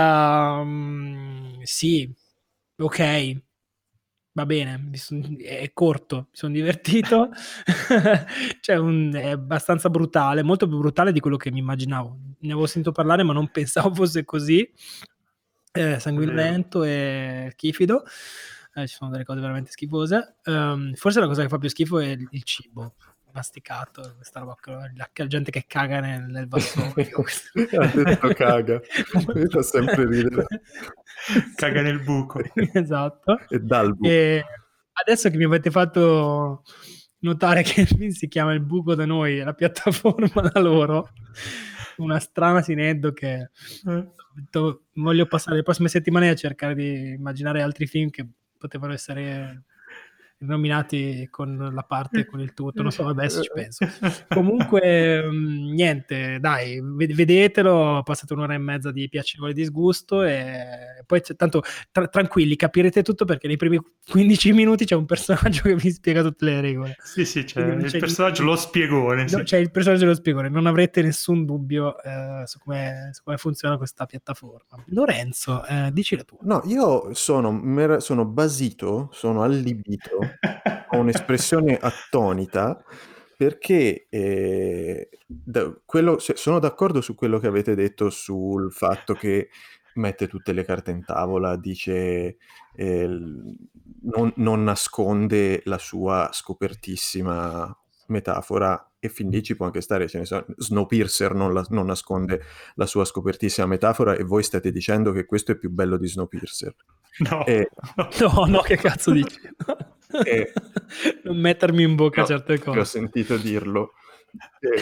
Uh, sì, ok, va bene, è corto, mi sono divertito. Cioè un, è abbastanza brutale, molto più brutale di quello che mi immaginavo. Ne avevo sentito parlare ma non pensavo fosse così eh, sanguinolento e schifido. Eh, ci sono delle cose veramente schifose. Um, forse la cosa che fa più schifo è il, il cibo masticato, questa roba, la, la gente che caga nel, nel vassoio. Ha detto caga, mi fa sempre ridere. Caga nel buco. Esatto. E dal buco. E adesso che mi avete fatto notare che il film si chiama Il buco da noi e la piattaforma da loro, una strana sineddo che eh. voglio passare le prossime settimane a cercare di immaginare altri film che potevano essere nominati con la parte con il tutto, non so, adesso ci penso. Comunque niente, dai, vedetelo, passate un'ora e mezza di piacevole disgusto e poi tanto tra- tranquilli, capirete tutto perché nei primi quindici minuti c'è un personaggio che vi spiega tutte le regole. Sì, sì, c'è il c'è personaggio il... lo spiegone. No, sì. C'è il personaggio lo spiegone, non avrete nessun dubbio eh, su, come, su come funziona questa piattaforma. Lorenzo, eh, dici la tua. No, io sono, mer- sono basito, sono allibito, ho un'espressione attonita perché eh, da- quello- se- sono d'accordo su quello che avete detto sul fatto che mette tutte le carte in tavola, dice eh, l- non, non nasconde la sua scopertissima metafora, e fin lì ci può anche stare, ce ne sono. Snowpiercer non, la- non nasconde la sua scopertissima metafora, e voi state dicendo che questo è più bello di Snowpiercer. No. E- No, no, che cazzo dici? e- Non mettermi in bocca no, certe che ho cose. sentito dirlo. E-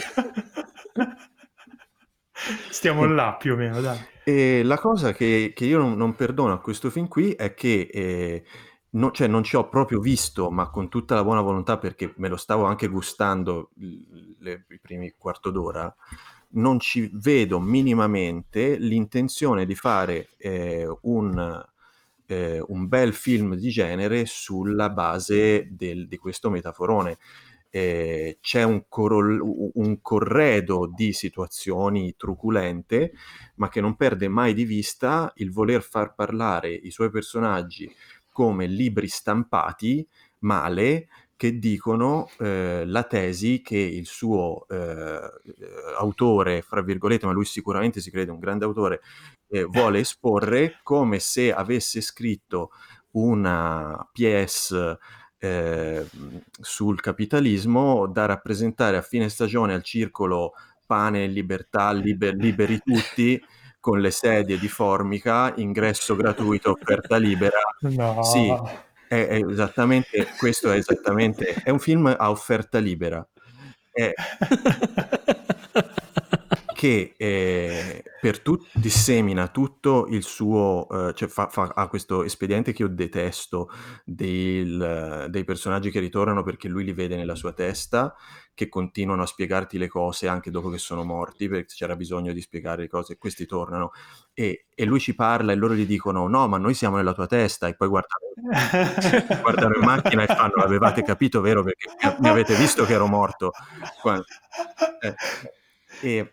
Stiamo E- là più o meno, dai. E la cosa che, che io non, non perdono a questo film qui è che eh, no- cioè non ci ho proprio visto, ma con tutta la buona volontà, perché me lo stavo anche gustando il- le- i primi quarto d'ora, non ci vedo minimamente l'intenzione di fare eh, un, eh, un bel film di genere sulla base del- di questo metaforone. Eh, c'è un, corol- un corredo di situazioni truculente, ma che non perde mai di vista il voler far parlare i suoi personaggi come libri stampati male, che dicono eh, la tesi che il suo eh, autore, fra virgolette, ma lui sicuramente si crede un grande autore, eh, vuole esporre, come se avesse scritto una pièce eh, sul capitalismo da rappresentare a fine stagione al circolo Pane, Libertà, liber- liberi tutti, con le sedie di formica, ingresso gratuito, offerta libera. No. Sì, è, è esattamente, questo è esattamente, è un film a offerta libera. È, che eh, per tut- dissemina tutto il suo, eh, cioè fa, fa- ha questo espediente che io detesto del- dei personaggi che ritornano perché lui li vede nella sua testa, che continuano a spiegarti le cose anche dopo che sono morti, perché c'era bisogno di spiegare le cose, e questi tornano e, e lui ci parla e loro gli dicono no, ma noi siamo nella tua testa, e poi guardano, guardano in macchina e fanno avevate capito, vero? Perché mi- mi avete visto che ero morto. Qua- eh, e,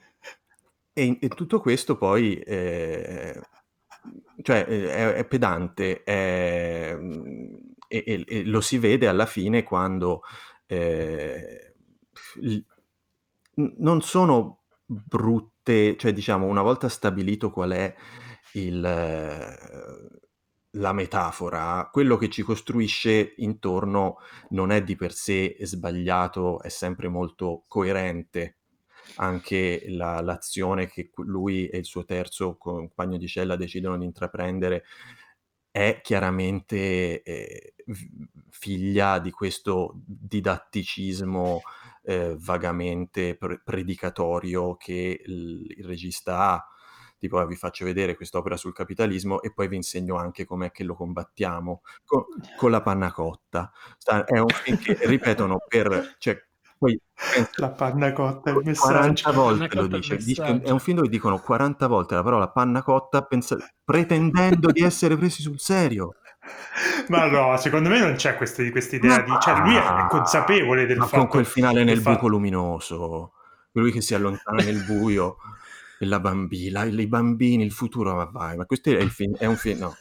e in e tutto questo poi, ehm, cioè, ehm, è è pedante, è mhmm, e e e lo si vede alla fine quando, ehm, il n non sono brutte, cioè diciamo una volta stabilito qual è il eh, la metafora, quello che ci costruisce intorno non è di per sé sbagliato, è sempre molto coerente. Anche la l'azione che q lui e il suo terzo compagno di cella decidono di intraprendere è chiaramente, ehm, f figlia di questo didatticismo, ehm, vagamente pre predicatorio che il il regista ha. Tipo: "Ah, vi faccio vedere quest'opera sul capitalismo e poi vi insegno anche com'è che lo combattiamo co con la panna cotta". Sta è un film che ripetono per cioè poi penso La panna cotta, il qu messaggio. quaranta Panna volte lo cotta il dice. Dice è un messaggio. film dove dicono quaranta volte la parola panna cotta pensa pretendendo di essere presi sul serio. Ma no, secondo me non c'è questa Ma idea di... Cioè, lui è, è consapevole del ma con quel fatto... finale Del nel buco fatto... luminoso, lui che si allontana nel buio e la bambina, i bambini, il futuro, ma vai, ma questo è il film, è un film, no.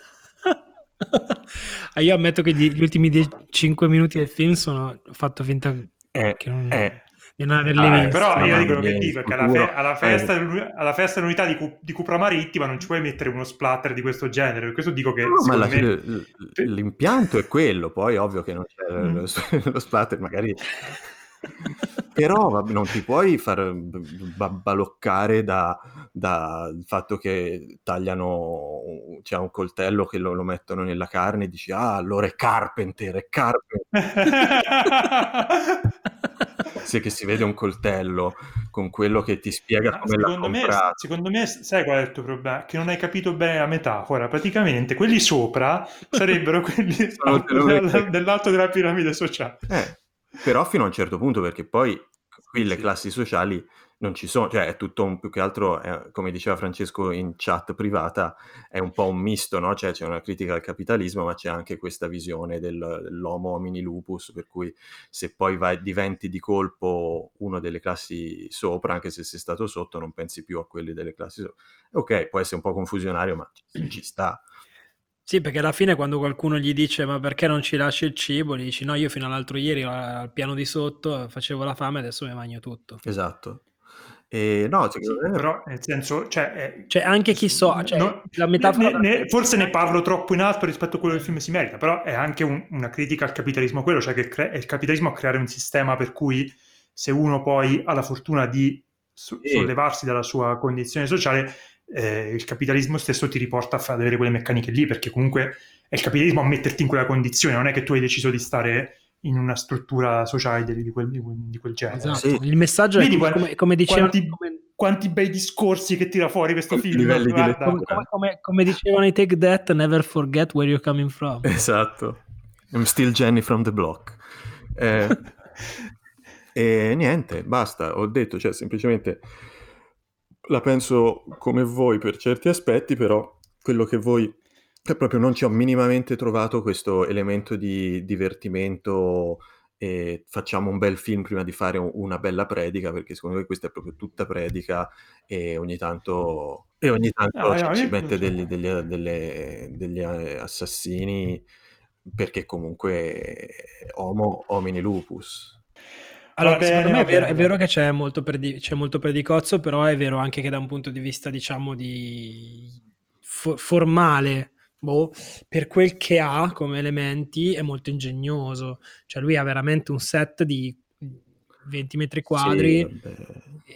Ah, io ammetto che gli, gli ultimi cinque minuti del film sono ho fatto finta È, che non, è di non averli Ah, visti. però la io dico bambina che del dico è che alla, futuro, fe- alla eh, festa, dell'uni- alla festa dell'unità di, Cu- di Cupra Marittima non ci puoi mettere uno splatter di questo genere. Per questo dico che, no, ma secondo alla me... fine l- pe- l'impianto è quello, poi ovvio che non c'è Mm. lo, lo splatter, magari. Però vabbè, non ti puoi far b- b- baloccare da, dal fatto che tagliano, c'è un coltello che lo, lo mettono nella carne e dici ah, allora è Carpenter, è Carpenter. Se che si vede un coltello con quello che ti spiega Ma come l'ha secondo me, comprato. secondo me, sai qual è il tuo problema? Che non hai capito bene la metafora. Praticamente quelli sopra sarebbero quelli Sono al- delle- al- dell'alto della piramide sociale. Eh, però fino a un certo punto, perché poi qui le Sì. classi sociali non ci sono, cioè è tutto un, più che altro, è, come diceva Francesco in chat privata, è un po' un misto, no? Cioè c'è una critica al capitalismo, ma c'è anche questa visione del, dell'homo homini lupus, per cui se poi vai, diventi di colpo uno delle classi sopra, anche se sei stato sotto, non pensi più a quelli delle classi sopra. Ok, può essere un po' confusionario, ma ci, ci sta. Sì, perché alla fine quando qualcuno gli dice ma perché non ci lasci il cibo, gli dici no, io fino all'altro ieri al piano di sotto facevo la fame, adesso mi mangio tutto. Esatto. E no, Sì, secondo me... però nel senso, cioè, è- Cioè anche chi so, cioè, no, la metafora... ne- ne- forse ne parlo troppo in alto rispetto a quello che il film si merita, però è anche un- una critica al capitalismo quello, cioè che cre- è il capitalismo a creare un sistema per cui se uno poi ha la fortuna di so- Sì. sollevarsi dalla sua condizione sociale, eh, il capitalismo stesso ti riporta a fare avere quelle meccaniche lì, perché comunque è il capitalismo a metterti in quella condizione, non è che tu hai deciso di stare in una struttura sociale di, di, quel, di, quel, di quel genere. Esatto. Sì. Il messaggio Vedi è qua- come, come dicevano... quanti, come- quanti bei discorsi che tira fuori questo Quanti film. livelli di Guarda. come, come- come- come dicevano i Take That, never forget where you're coming from. Esatto. I'm still Jenny from the block. Eh, e niente, basta, ho detto, cioè semplicemente la penso come voi per certi aspetti, però quello che voi, che proprio non ci ho minimamente trovato questo elemento di divertimento e facciamo un bel film prima di fare un- una bella predica, perché secondo me questa è proprio tutta predica e ogni tanto, e ogni tanto No, ci, no, ci io- mette degli, degli, delle- degli eh, assassini, perché comunque homo homini lupus. Allora, Va bene, secondo me è va vero, bene. è vero che c'è molto, per di- c'è molto predicozzo, però è vero anche che da un punto di vista, diciamo, di fo- formale, boh, per quel che ha come elementi è molto ingegnoso. Cioè lui ha veramente un set di venti metri quadri Sì, vabbè.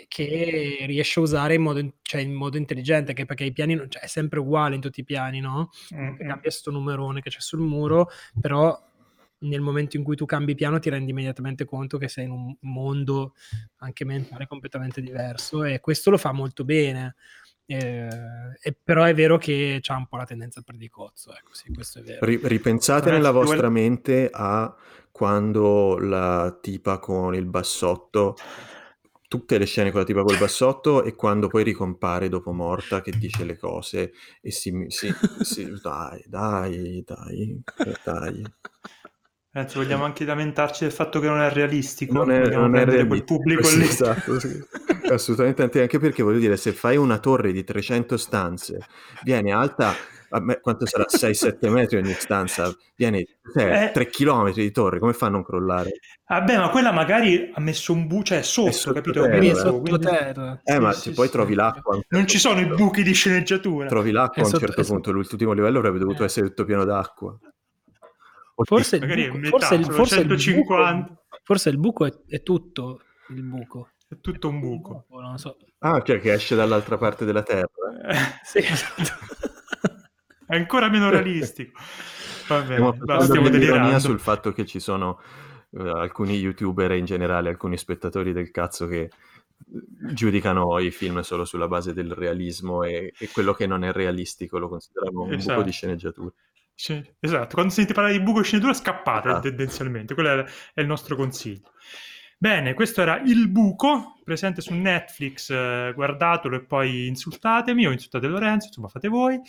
che riesce a usare in modo, cioè in modo intelligente, che perché i piani, non- cioè, è sempre uguale in tutti i piani, no? Mm, Che mm. cambia sto numerone che c'è sul muro, però nel momento in cui tu cambi piano ti rendi immediatamente conto che sei in un mondo anche mentale completamente diverso, e questo lo fa molto bene. Eh, e però è vero che c'ha un po' la tendenza al predicozzo, ecco, sì, questo è vero. Ri- ripensate Vabbè, nella se vostra vuoi- mente a quando la tipa con il bassotto, tutte le scene con la tipa col bassotto, e quando poi ricompare dopo morta che dice le cose e si... si, si dai, dai, dai, dai. Anzi, vogliamo anche lamentarci del fatto che non è realistico. Non è, vogliamo non è prendere quel realistico, pubblico sì, lì. esatto, sì. Assolutamente, anche- anche perché voglio dire, se fai una torre di trecento stanze, viene alta, a me, quanto sarà? sei sette metri ogni stanza, viene cioè, Eh. tre chilometri di torre, come fa a non crollare? Vabbè, ma quella magari ha messo un buco, cioè sotto, sotto capito? terra, Quindi è eh. sottoterra. Eh, Sì, ma sì, se poi sì. trovi l'acqua... a un Non certo ci sono i punto- buchi di sceneggiatura. Trovi l'acqua È a un sotto- certo è sotto- punto, l'ultimo livello avrebbe dovuto Eh. essere tutto pieno d'acqua. O Forse il Magari è buco, metà, forse il, sono forse il centocinquanta. buco, forse il buco è, è tutto il buco. È tutto un buco. Non lo so. Ah, cioè che esce dall'altra parte della terra. Eh, Sì, esatto. È ancora meno realistico. Va Stiamo bene, basta, facendo stiamo dell'ironia delirando. sul fatto che ci sono eh, alcuni youtuber e in generale alcuni spettatori del cazzo che eh, giudicano i film solo sulla base del realismo e, e quello che non è realistico lo considerano un buco Esatto. di sceneggiatura. Sì, esatto, quando sentite parlare di buco e sceneggiatura scappate Esatto. tendenzialmente, quello è, è il nostro consiglio. Bene, questo era Il Buco, presente su Netflix, eh, guardatelo e poi insultatemi o insultate Lorenzo, insomma fate voi.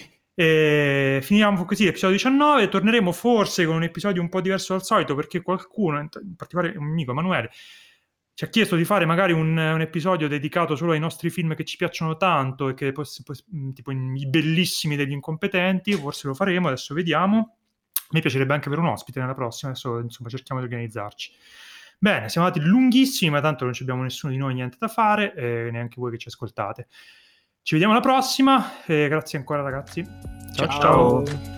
E finiamo così l'episodio diciannove, torneremo forse con un episodio un po' diverso dal solito perché qualcuno, in particolare un amico Emanuele, ci ha chiesto di fare magari un, un episodio dedicato solo ai nostri film che ci piacciono tanto e che poss- poss- tipo i bellissimi degli incompetenti, forse lo faremo, adesso vediamo. Mi piacerebbe anche per un ospite nella prossima, adesso insomma cerchiamo di organizzarci. Bene, siamo andati lunghissimi, ma tanto non ci abbiamo nessuno di noi niente da fare, e neanche voi che ci ascoltate. Ci vediamo alla prossima, e grazie ancora ragazzi. Ciao ciao. Ciao.